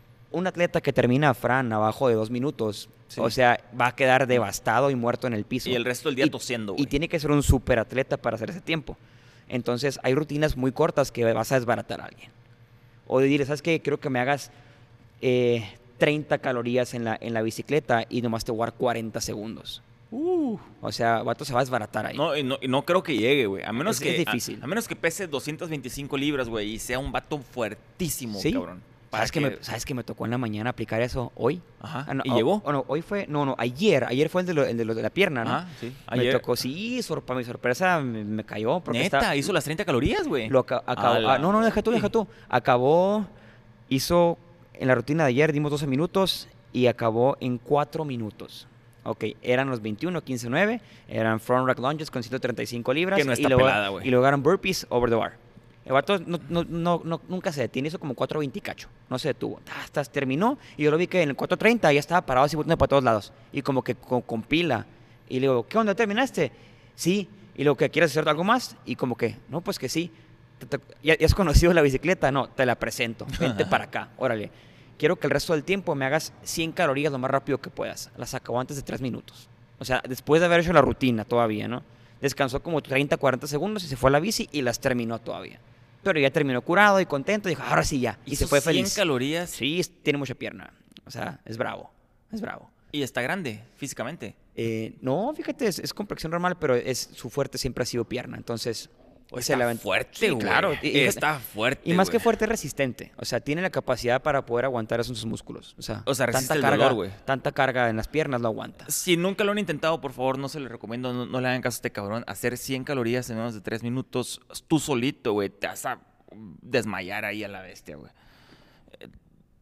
Un atleta que termina, Fran, abajo de dos minutos,
Sí.
o sea, va a quedar devastado y muerto en el piso.
Y el resto del día
Y-
tosiendo,
Y
güey.
tiene que ser un super atleta para hacer ese tiempo. Entonces, hay rutinas muy cortas que vas a desbaratar a alguien. O de decir, ¿sabes qué? Quiero que me hagas eh, treinta calorías en la, en la bicicleta y nomás te voy a dar cuarenta segundos.
Uh.
O sea, vato se va a desbaratar ahí.
No, y no, y no creo que llegue, güey. A menos
Es-
que.
es difícil.
A, a menos que pese doscientas veinticinco libras, güey, y sea un vato fuertísimo,
¿Sí?
cabrón. Para
¿Sabes que... me, ¿Sabes que me tocó en la mañana aplicar eso hoy?
Ajá.
Ah, no,
¿Y
o-
llegó?
o no, hoy fue, no, no, ayer, ayer fue el de, lo, el de, lo de la pierna, ¿no?
Ajá, sí.
Me
Ayer.
tocó, sí, sor- para mi sorpresa me, me cayó. Porque
Neta,
está-
hizo las treinta calorías, güey.
Lo aca- acabó,
A la
ah, no, no, deja tú, deja tú. Acabó, hizo en la rutina de ayer, dimos doce minutos y acabó en cuatro minutos. Ok, eran los veintiuno, quince, nueve, eran front rack lunges con ciento treinta y cinco libras.
Que no está
y luego,
pelada, güey.
Y luego eran burpees over the bar. El vato no, no, no, no- nunca se detiene, hizo como cuatro veinte y cacho. No se detuvo. Hasta terminó y yo lo vi que en el cuatro treinta ya estaba parado así botando para todos lados. Y como que con, con pila. Y le digo, ¿qué onda? ¿Terminaste? Sí. Y luego, ¿que quieres hacer algo más? Y como que, no, pues que sí. Te- te- ¿Ya, ya has conocido la bicicleta? No, te la presento. Vente para acá, órale. Quiero que el resto del tiempo me hagas cien calorías lo más rápido que puedas. Las acabó antes de tres minutos. O sea, después de haber hecho la rutina todavía, ¿no? Descansó como treinta, cuarenta segundos y se fue a la bici y las terminó todavía. Pero ya terminó curado y contento. Dijo, ahora sí ya. Y
Hizo
se fue
cien
feliz.
calorías
Sí, es- tiene mucha pierna. O sea, es bravo. Es bravo.
y está grande físicamente.
Eh, no, fíjate, es, es complexión normal, pero es, su fuerte siempre ha sido pierna. Entonces,
O
se
está
la avent-
fuerte,
Sí,
güey.
claro. Y- y-
Está fuerte,
Y más que
güey.
fuerte, es resistente. O sea, tiene la capacidad para poder aguantar eso en sus músculos. O sea,
O sea, resiste el
carga,
dolor, güey.
tanta carga en las piernas lo aguanta.
Si nunca lo han intentado, por favor, no se les recomiendo, no, no le hagan caso a este cabrón. Hacer cien calorías en menos de tres minutos, tú solito, güey, te vas a desmayar ahí a la bestia, güey. Eh,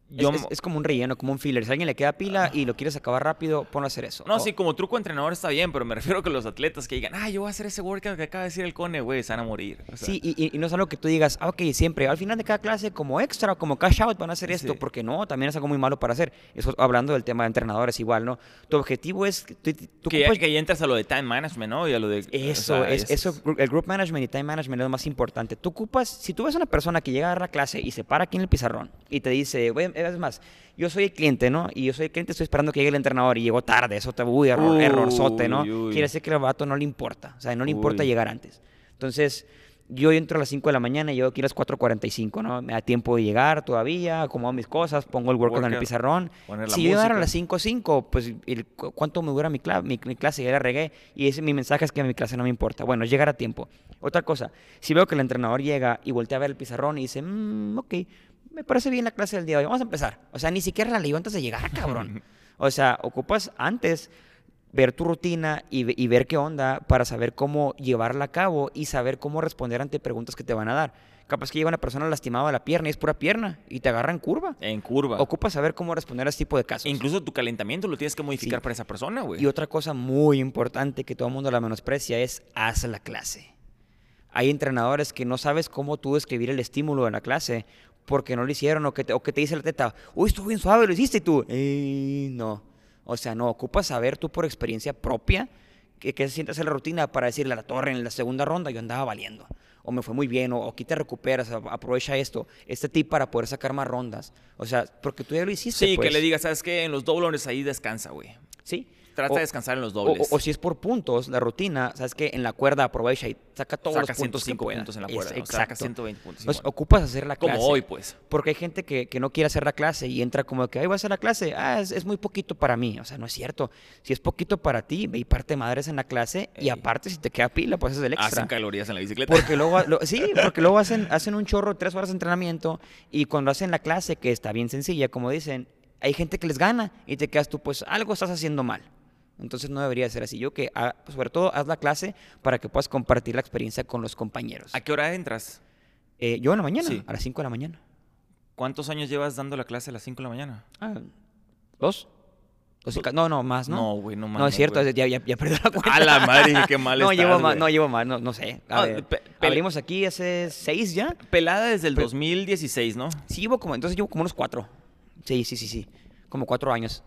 Yo,
es, es, es como un relleno, como un filler. Si a alguien le queda pila y lo quieres acabar rápido, ponlo a hacer eso.
No,
o,
sí, como truco entrenador está bien, pero me refiero a que los atletas que digan, ah, yo voy a hacer ese workout que acaba de decir el Cone, güey, se van a morir. O sea,
sí, y, y no es algo que tú digas, ah, ok, siempre, al final de cada clase, como extra o como cash out van a hacer esto,
sí.
porque no, también es algo muy malo para hacer. Eso hablando del tema de entrenadores igual, ¿no? Tu objetivo es... Tú, tú
que,
ocupas...
ya, que ya entras a lo de time management, ¿no? Y a lo de...
Eso,
o sea,
es,
es...
eso, el group management y time management es lo más importante. Tú ocupas, si tú ves a una persona que llega a dar la clase y se para aquí en el pizarrón y te dice, güey, es más, yo soy el cliente, ¿no? Y yo soy el cliente, estoy esperando que llegue el entrenador y llegó tarde, eso te, uy, error,
uy,
errorzote, ¿no?
uy.
Quiere decir que al vato no le importa, o sea, no le
Uy.
importa llegar antes. Entonces, yo entro a las cinco de la mañana y llego aquí a las cuatro cuarenta y cinco, ¿no? Me da tiempo de llegar todavía, acomodo mis cosas, pongo el workout, workout en el pizarrón. Si yo llegara a las cinco cinco, pues, el, ¿cuánto me dura mi, cla mi, mi clase? Ya la regué y ese, mi mensaje es que mi clase no me importa. Bueno, es llegar a tiempo. Otra cosa, si veo que el entrenador llega y voltea a ver el pizarrón y dice, mmm, ok, me parece bien la clase del día de hoy, vamos a empezar. O sea, ni siquiera la leyó antes de llegar, cabrón. O sea, ocupas antes ver tu rutina y, y ver qué onda para saber cómo llevarla a cabo y saber cómo responder ante preguntas que te van a dar. Capaz que llega una persona lastimada a la pierna y es pura pierna y te agarra en curva.
En curva.
Ocupas saber cómo responder a ese tipo de casos.
Incluso tu calentamiento lo tienes que modificar
Sí.
para esa persona, güey.
Y otra cosa muy importante que todo el mundo la menosprecia es haz la clase. Hay entrenadores que no sabes cómo tú describir el estímulo de la clase porque no lo hicieron o que te, o que te dice la teta, uy, estuvo bien suave, lo hiciste y tú, eh, no. O sea, no, ocupas saber tú por experiencia propia que, que se siente hacer la rutina para decirle a la torre en la segunda ronda yo andaba valiendo. O me fue muy bien, o, o aquí te recuperas, aprovecha esto, este tip para poder sacar más rondas. O sea, porque tú ya lo hiciste,
Sí,
pues.
que le digas, ¿sabes qué? En los dobles ahí descansa, güey.
Sí.
Trata
o,
de descansar en los dobles.
O, o, o si es por puntos, la rutina, ¿sabes qué? En la cuerda aprovecha y saca todos
saca
los puntos
ciento cinco
que
puntos en la
pueda.
cuerda.
Es,
O
exacto.
saca ciento veinte puntos.
Entonces,
Simón.
ocupas hacer la clase.
Como hoy, pues.
Porque hay gente que, que no quiere hacer la clase y entra como que, ahí voy a hacer la clase. Ah, es, es muy poquito para mí. O sea, no es cierto. Si es poquito para ti, ve y parte madres en la clase. Ey. Y aparte, si te queda pila, pues es el extra.
Hacen calorías en la bicicleta.
Porque luego, lo, sí, porque luego hacen, hacen un chorro, tres horas de entrenamiento. Y cuando hacen la clase, que está bien sencilla, como dicen, hay gente que les gana. Y te quedas tú, pues algo estás haciendo mal. Entonces no debería ser así. Yo que, sobre todo, haz la clase para que puedas compartir la experiencia con los compañeros.
¿A qué hora entras?
Eh, yo en la mañana,
Sí.
a las cinco de la mañana.
¿Cuántos años llevas dando la clase a las cinco de la mañana?
Ah, ¿dos? Dos y ca- no, no, más, ¿no?
No, güey, no mames.
No, es cierto,
güey.
ya, ya, ya perdí la cuenta.
A la madre, qué mal
no,
estás,
llevo más,
güey.
no, llevo más, no, no sé. A
No,
ver,
pe- pe-
abrimos aquí hace seis ya.
Pelada desde el
Pero-
dos mil dieciséis, ¿no?
Sí, llevo como, entonces llevo como unos cuatro. Sí, sí, sí, sí. Como cuatro años.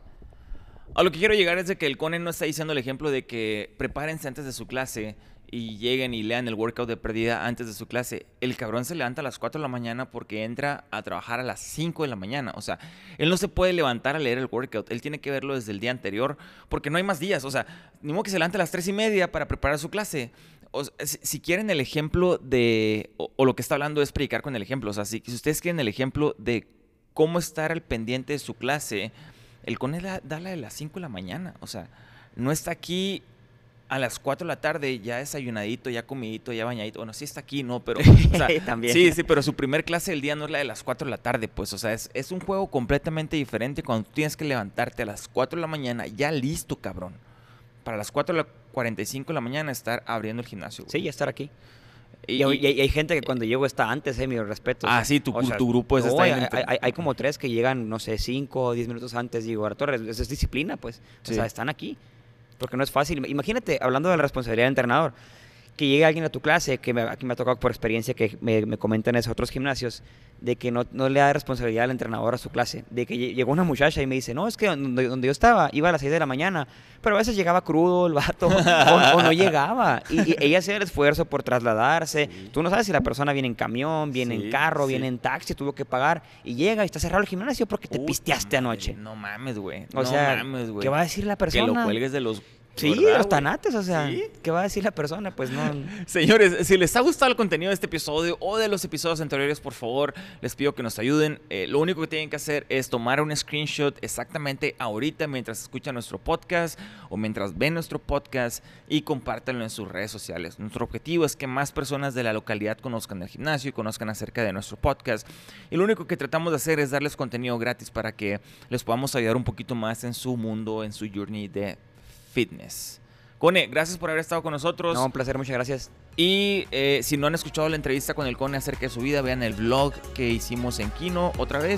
A lo que quiero llegar es de que el Cone no está diciendo el ejemplo de que prepárense antes de su clase y lleguen y lean el workout de perdida antes de su clase. El cabrón se levanta a las cuatro de la mañana porque entra a trabajar a las cinco de la mañana. O sea, él no se puede levantar a leer el workout. Él tiene que verlo desde el día anterior porque no hay más días. O sea, ni modo que se levante a las tres y media para preparar su clase. O sea, si, si quieren el ejemplo de... O, o lo que está hablando es predicar con el ejemplo. O sea, si, si ustedes quieren el ejemplo de cómo estar al pendiente de su clase... El Cone da, da la de las cinco de la mañana. O sea, no está aquí a las cuatro de la tarde ya desayunadito, ya comidito, ya bañadito. Bueno, sí está aquí, ¿no? Pero, o sea,
También.
Sí, sí, pero su primer clase del día no es la de las cuatro de la tarde, pues. O sea, es, es un juego completamente diferente cuando tú tienes que levantarte a las cuatro de la mañana ya listo, cabrón. Para las cuatro cuarenta y cinco de la mañana estar abriendo el gimnasio, güey.
Sí, ya estar aquí.
Y,
Y, y- y hay gente que cuando llego está antes, eh, mi respeto.
Ah, sí, tu- tu grupo es-
no,
está
hay,
bien
hay,
ent-
hay- hay como tres que llegan, no sé, cinco o diez minutos antes. Digo, Arturo, eso es disciplina, pues.
Sí.
O sea, están aquí. Porque no es fácil. Imagínate, hablando de la responsabilidad del entrenador, que llegue alguien a tu clase, que me, aquí me ha tocado por experiencia que me, me comentan esos otros gimnasios, de que no, no le da responsabilidad al entrenador a su clase. De que lle- llegó una muchacha y me dice, no, es que donde, donde yo estaba iba a las seis de la mañana, pero a veces llegaba crudo el vato o, o no llegaba. Y, y ella hacía el esfuerzo por trasladarse.
Sí.
Tú no sabes si la persona viene en camión, viene
Sí,
en carro,
sí.
viene en taxi, tuvo que pagar y llega y está cerrado el gimnasio porque te
Puta
pisteaste
madre,
anoche.
No mames, güey.
O
no
sea,
mames, güey.
¿qué va a decir la
Que lo
persona?
cuelgues de los...
Sí,
¿verdad,
los
güey?
tanates, o sea,
¿Sí?
¿qué va a decir la persona? Pues no.
Señores, si les ha gustado el contenido de este episodio o de los episodios anteriores, por favor, les pido que nos ayuden. Eh, lo único que tienen que hacer es tomar un screenshot exactamente ahorita mientras escuchan nuestro podcast o mientras ven nuestro podcast y compártanlo en sus redes sociales. Nuestro objetivo es que más personas de la localidad conozcan el gimnasio y conozcan acerca de nuestro podcast. Y lo único que tratamos de hacer es darles contenido gratis para que les podamos ayudar un poquito más en su mundo, en su journey de fitness. Cone, gracias por haber estado con nosotros.
No, un placer, muchas gracias.
Y eh, si no han escuchado la entrevista con el Cone acerca de su vida, vean el vlog que hicimos en Kino otra vez.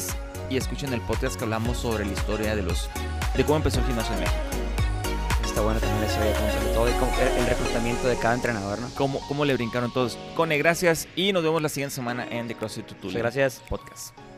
y escuchen el podcast que hablamos sobre la historia de los de cómo empezó el gimnasio en México.
Está bueno también la historia de todo y cómo- el, el reclutamiento de cada entrenador, ¿no?
Cómo, cómo le brincaron todos. Cone, gracias y nos vemos la siguiente semana en The CrossFit Tutulia
Muchas gracias.
Podcast.